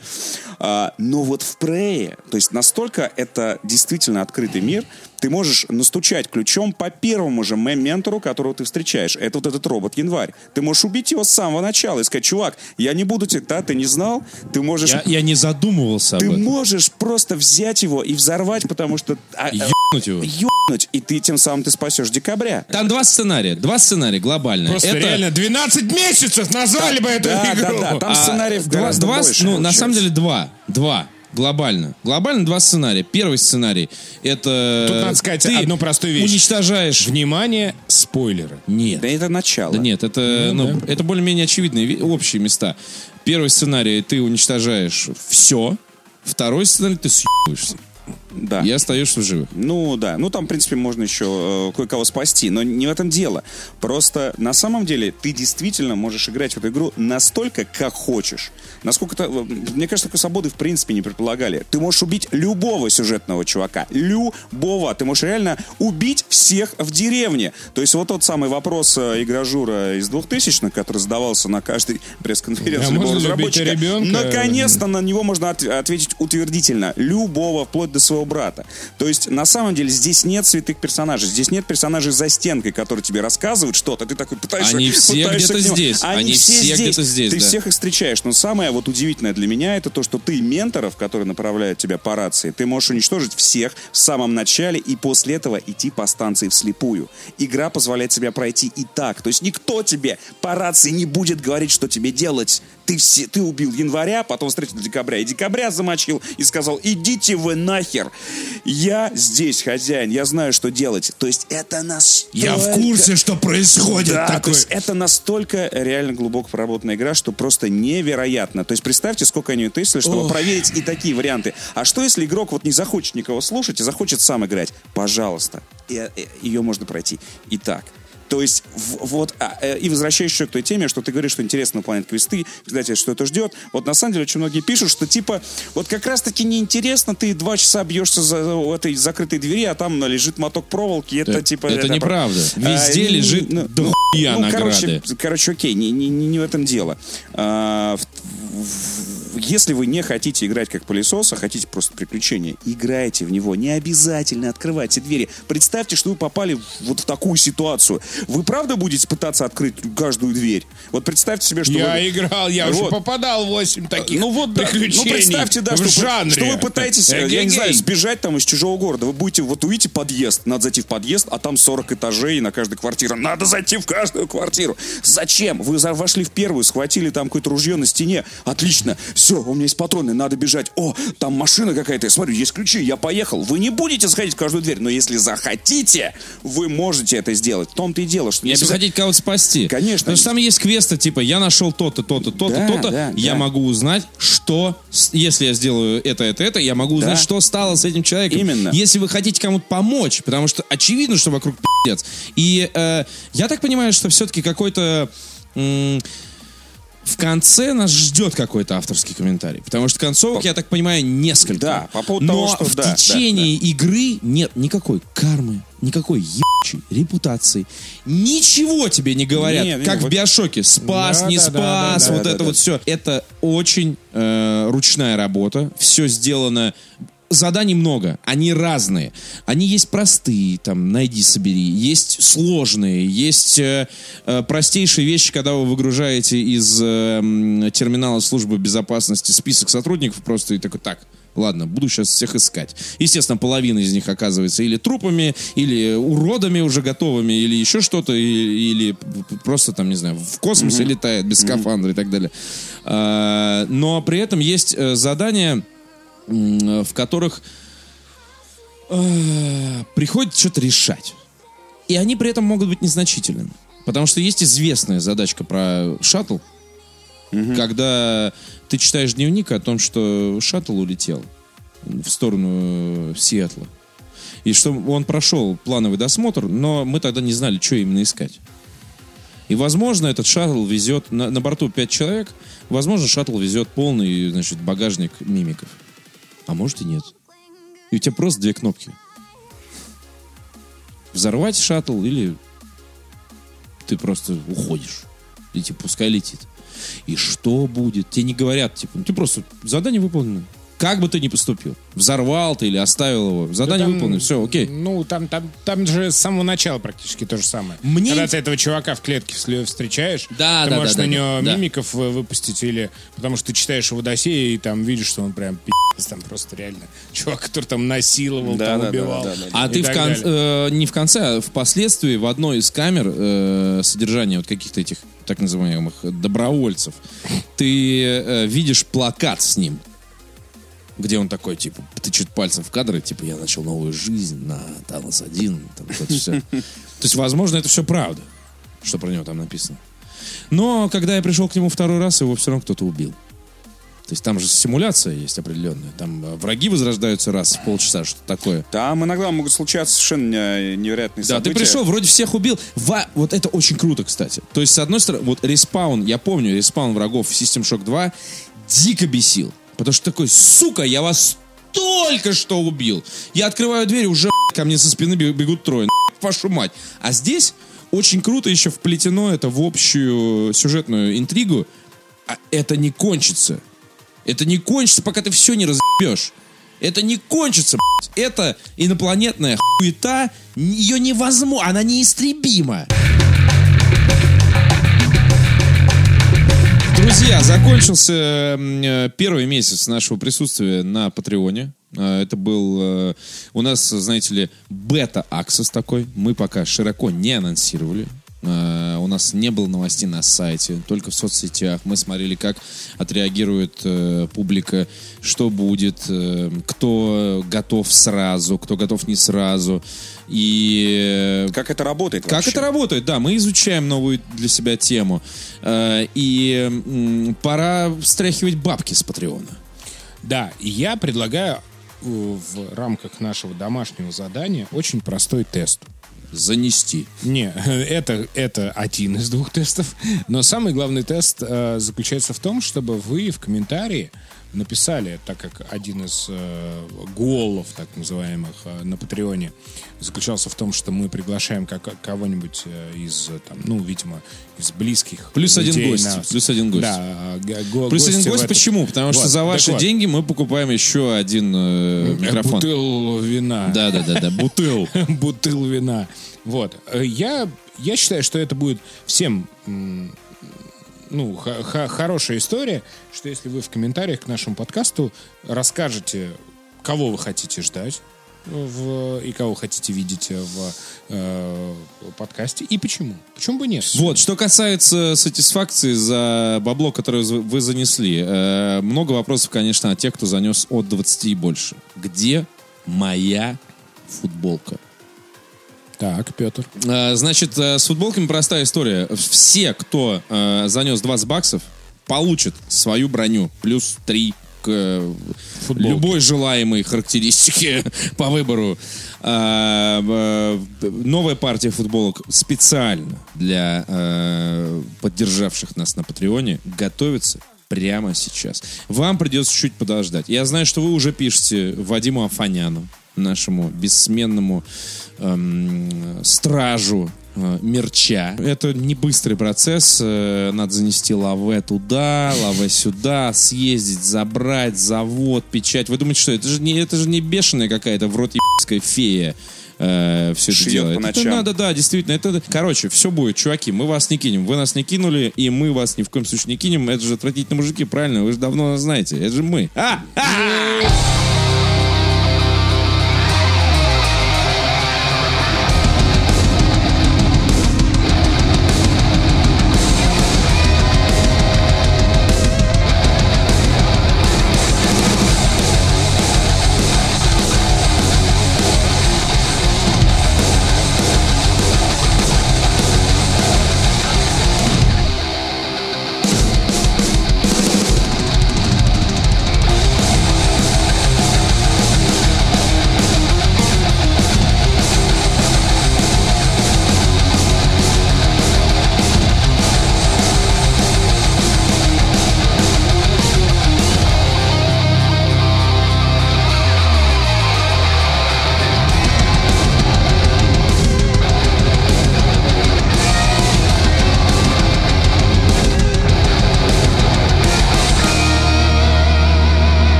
Но вот в Prey, то есть настолько это действительно открытый мир, ты можешь настучать ключом по первому же ментору, которого ты встречаешь. Это вот этот робот-январь. Ты можешь убить его с самого начала и сказать: чувак, я не буду тебя, да, ты не знал, ты можешь... Я не задумывался об этом. Ты можешь просто взять его и взорвать, потому что... Ёбнуть его. Ёбнуть, и тем самым ты спасешь декабря. Там два сценария глобальные. Просто реально 12 месяцев назвали бы эту игру. Да, там сценариев гораздо больше. Ну, на самом деле два. Глобально. Глобально два сценария. Первый сценарий — это... Тут надо сказать ты одну простую вещь. Уничтожаешь... Внимание, спойлеры. Нет. Да это начало. Да нет, это, это более-менее очевидные общие места. Первый сценарий — ты уничтожаешь все. Второй сценарий — ты съебываешься. Да. И остаешься в живых. Ну, да. Ну, там, в принципе, можно еще кое-кого спасти. Но не в этом дело. Просто, на самом деле, ты действительно можешь играть в эту игру настолько, как хочешь. Насколько-то... Мне кажется, такой свободы, в принципе, не предполагали. Ты можешь убить любого сюжетного чувака. Любого. Ты можешь реально убить всех в деревне. То есть, вот тот самый вопрос игражура из 2000-х, который задавался на каждой пресс-конференции любого разработчика. Наконец-то на него можно ответить утвердительно. Любого, вплоть до своего брата. То есть, на самом деле, здесь нет святых персонажей. Здесь нет персонажей за стенкой, которые тебе рассказывают что-то. Ты такой пытаешься... Они все где-то здесь. Они все где-то здесь. Ты всех их встречаешь. Но самое вот удивительное для меня, это то, что ты менторов, которые направляют тебя по рации, ты можешь уничтожить всех в самом начале и после этого идти по станции вслепую. Игра позволяет себя пройти и так. То есть, никто тебе по рации не будет говорить, что тебе делать. Ты убил января, потом встретил декабря. И декабря замочил и сказал: идите вы нахер. Я здесь хозяин, я знаю, что делать. То есть это настолько... Я в курсе, что происходит. Да, такой. то есть это настолько реально глубоко проработанная игра, что просто невероятно. То есть представьте, сколько они тестили, чтобы проверить и такие варианты. А что, если игрок вот не захочет никого слушать и захочет сам играть? Пожалуйста. Ее можно пройти и так. То есть, и возвращаясь еще к той теме, что ты говоришь, что интересно выполнять квесты, кстати, что это ждет. Вот на самом деле очень многие пишут, что типа, вот как раз-таки неинтересно, ты 2 часа бьешься за этой закрытой двери, а там лежит моток проволоки, это типа... Это неправда. Везде лежит дохуя награды. Короче, окей, не в этом дело. Если вы не хотите играть как пылесос, а хотите просто приключения, играйте в него. Не обязательно открывайте двери. Представьте, что вы попали вот в такую ситуацию. Вы правда будете пытаться открыть каждую дверь? Вот представьте себе, что я уже попадал в 8 таких приключений. Ну, представьте, да, что вы пытаетесь, я не знаю, сбежать там из чужого города. Вы будете, вот увидите подъезд, надо зайти в подъезд, а там 40 этажей, и на каждой квартире надо зайти в каждую квартиру. Зачем? Вы вошли в первую, схватили там какое-то ружье на стене. Отлично. Все, у меня есть патроны, надо бежать. О, там машина какая-то, я смотрю, есть ключи, я поехал. Вы не будете заходить в каждую дверь, но если захотите, вы можете это сделать. В том-то и дело, что... Если хотите кого-то спасти. Конечно. Потому что там есть квесты, типа, я нашел то-то, то-то, то-то, то-то, я могу узнать, что... Если я сделаю это, я могу узнать, что стало с этим человеком. Именно. Если вы хотите кому-то помочь, потому что очевидно, что вокруг пи***ец. И я так понимаю, что все-таки какой-то... В конце нас ждет какой-то авторский комментарий. Потому что концовок, я так понимаю, несколько. Да, по поводу того, что... в течение игры нет никакой кармы, никакой ебучей репутации. Ничего тебе не говорят. Как в Биошоке. Спас, не спас, вот это вот все. Это очень ручная работа. Все сделано... Заданий много, они разные. Они есть простые, там, найди, собери. Есть сложные, есть простейшие вещи, когда вы выгружаете из терминала службы безопасности список сотрудников просто и такой, так, ладно, буду сейчас всех искать. Естественно, половина из них оказывается или трупами, или уродами уже готовыми, или еще что-то, или просто там, не знаю, в космосе летает без скафандра и так далее. Но при этом есть задания, в которых приходится что-то решать. И они при этом могут быть незначительными. Потому что есть известная задачка про шаттл, когда ты читаешь дневник о том, что шаттл улетел в сторону Сиэтла. И что он прошел плановый досмотр, но мы тогда не знали, что именно искать. И, возможно, этот шаттл везет... На борту 5 человек. Возможно, шаттл везет полный, значит, багажник мимиков. А может и нет. И у тебя просто 2 кнопки. Взорвать шаттл или ты просто уходишь. И типа пускай летит. И что будет? Тебе не говорят, типа, ты просто задание выполнено. Как бы ты ни поступил. Взорвал ты или оставил его. Задание выполнено, все, окей. Ну, там же с самого начала практически то же самое. Когда ты этого чувака в клетке встречаешь, ты можешь на него мимиков выпустить, или потому что ты читаешь его досье и там видишь, что он прям пи***ц, там просто реально чувак, который там насиловал, там убивал. А ты не в конце, а впоследствии в одной из камер содержания вот каких-то этих так называемых добровольцев, ты видишь плакат с ним, где он такой, типа, тычет пальцем в кадр, и, типа, я начал новую жизнь на Талос-1, там, вот это все. То есть, возможно, это все правда, что про него там написано. Но, когда я пришел к нему второй раз, его все равно кто-то убил. То есть, там же симуляция есть определенная. Там враги возрождаются раз в полчаса, что такое. Там иногда могут случаться совершенно невероятные события. Да, ты пришел, вроде всех убил. Вот это очень круто, кстати. То есть, с одной стороны, вот респаун, я помню, респаун врагов в System Shock 2 дико бесил. Потому что такой, сука, я вас только что убил. Я открываю дверь, уже ко мне со спины бегут трое. Вашу мать. А здесь очень круто еще вплетено это в общую сюжетную интригу. А это не кончится. Это не кончится, пока ты все не разъебешь. Это не кончится, блядь. Это инопланетная хуета. Ее невозможно. Она неистребима. Друзья, закончился первый месяц нашего присутствия на Патреоне. Это был у нас, знаете ли, бета-аксесс такой. Мы пока широко не анонсировали. У нас не было новостей на сайте, только в соцсетях. Мы смотрели, как отреагирует публика, что будет, кто готов сразу, кто готов не сразу. И как это работает вообще? Как это работает, да. Мы изучаем новую для себя тему. И пора встряхивать бабки с Патреона. Да, я предлагаю в рамках нашего домашнего задания очень простой тест. Занести. Не, это один из 2 тестов. Но самый главный тест заключается в том, чтобы вы в комментарии написали, так как один из голов, так называемых, на Патреоне заключался в том, что мы приглашаем кого-нибудь из, там, ну, видимо, из близких. Плюс один гость. Плюс один гость. Да, плюс один гость. Почему? Потому что за ваши деньги мы покупаем еще один микрофон. Бутыл вина. Да, бутыл. Бутыл вина. Вот. Я считаю, что это будет всем... Ну, хорошая история, что если вы в комментариях к нашему подкасту расскажете, кого вы хотите ждать и кого хотите видеть в подкасте, и почему. Почему бы нет? Вот, что касается сатисфакции за бабло, которое вы занесли, много вопросов, конечно, от тех, кто занес от 20 и больше. Где моя футболка? Так, Петр. Значит, с футболками простая история. Все, кто занес $20, получат свою броню. Плюс 3 к любой желаемой характеристике по выбору. Новая партия футболок специально для поддержавших нас на Патреоне готовится прямо сейчас. Вам придется чуть подождать. Я знаю, что вы уже пишете Вадиму Афаняну, нашему бессменному стражу мерча. Это не быстрый процесс. Надо занести лаве туда, лаве сюда, съездить, забрать, завод, печать. Вы думаете, что это же не бешеная какая-то в рот ебская фея все это делает. Это надо, да, действительно. Короче, все будет, чуваки, мы вас не кинем. Вы нас не кинули, и мы вас ни в коем случае не кинем. Это же отвратительные мужики, правильно? Вы же давно нас знаете. Это же мы.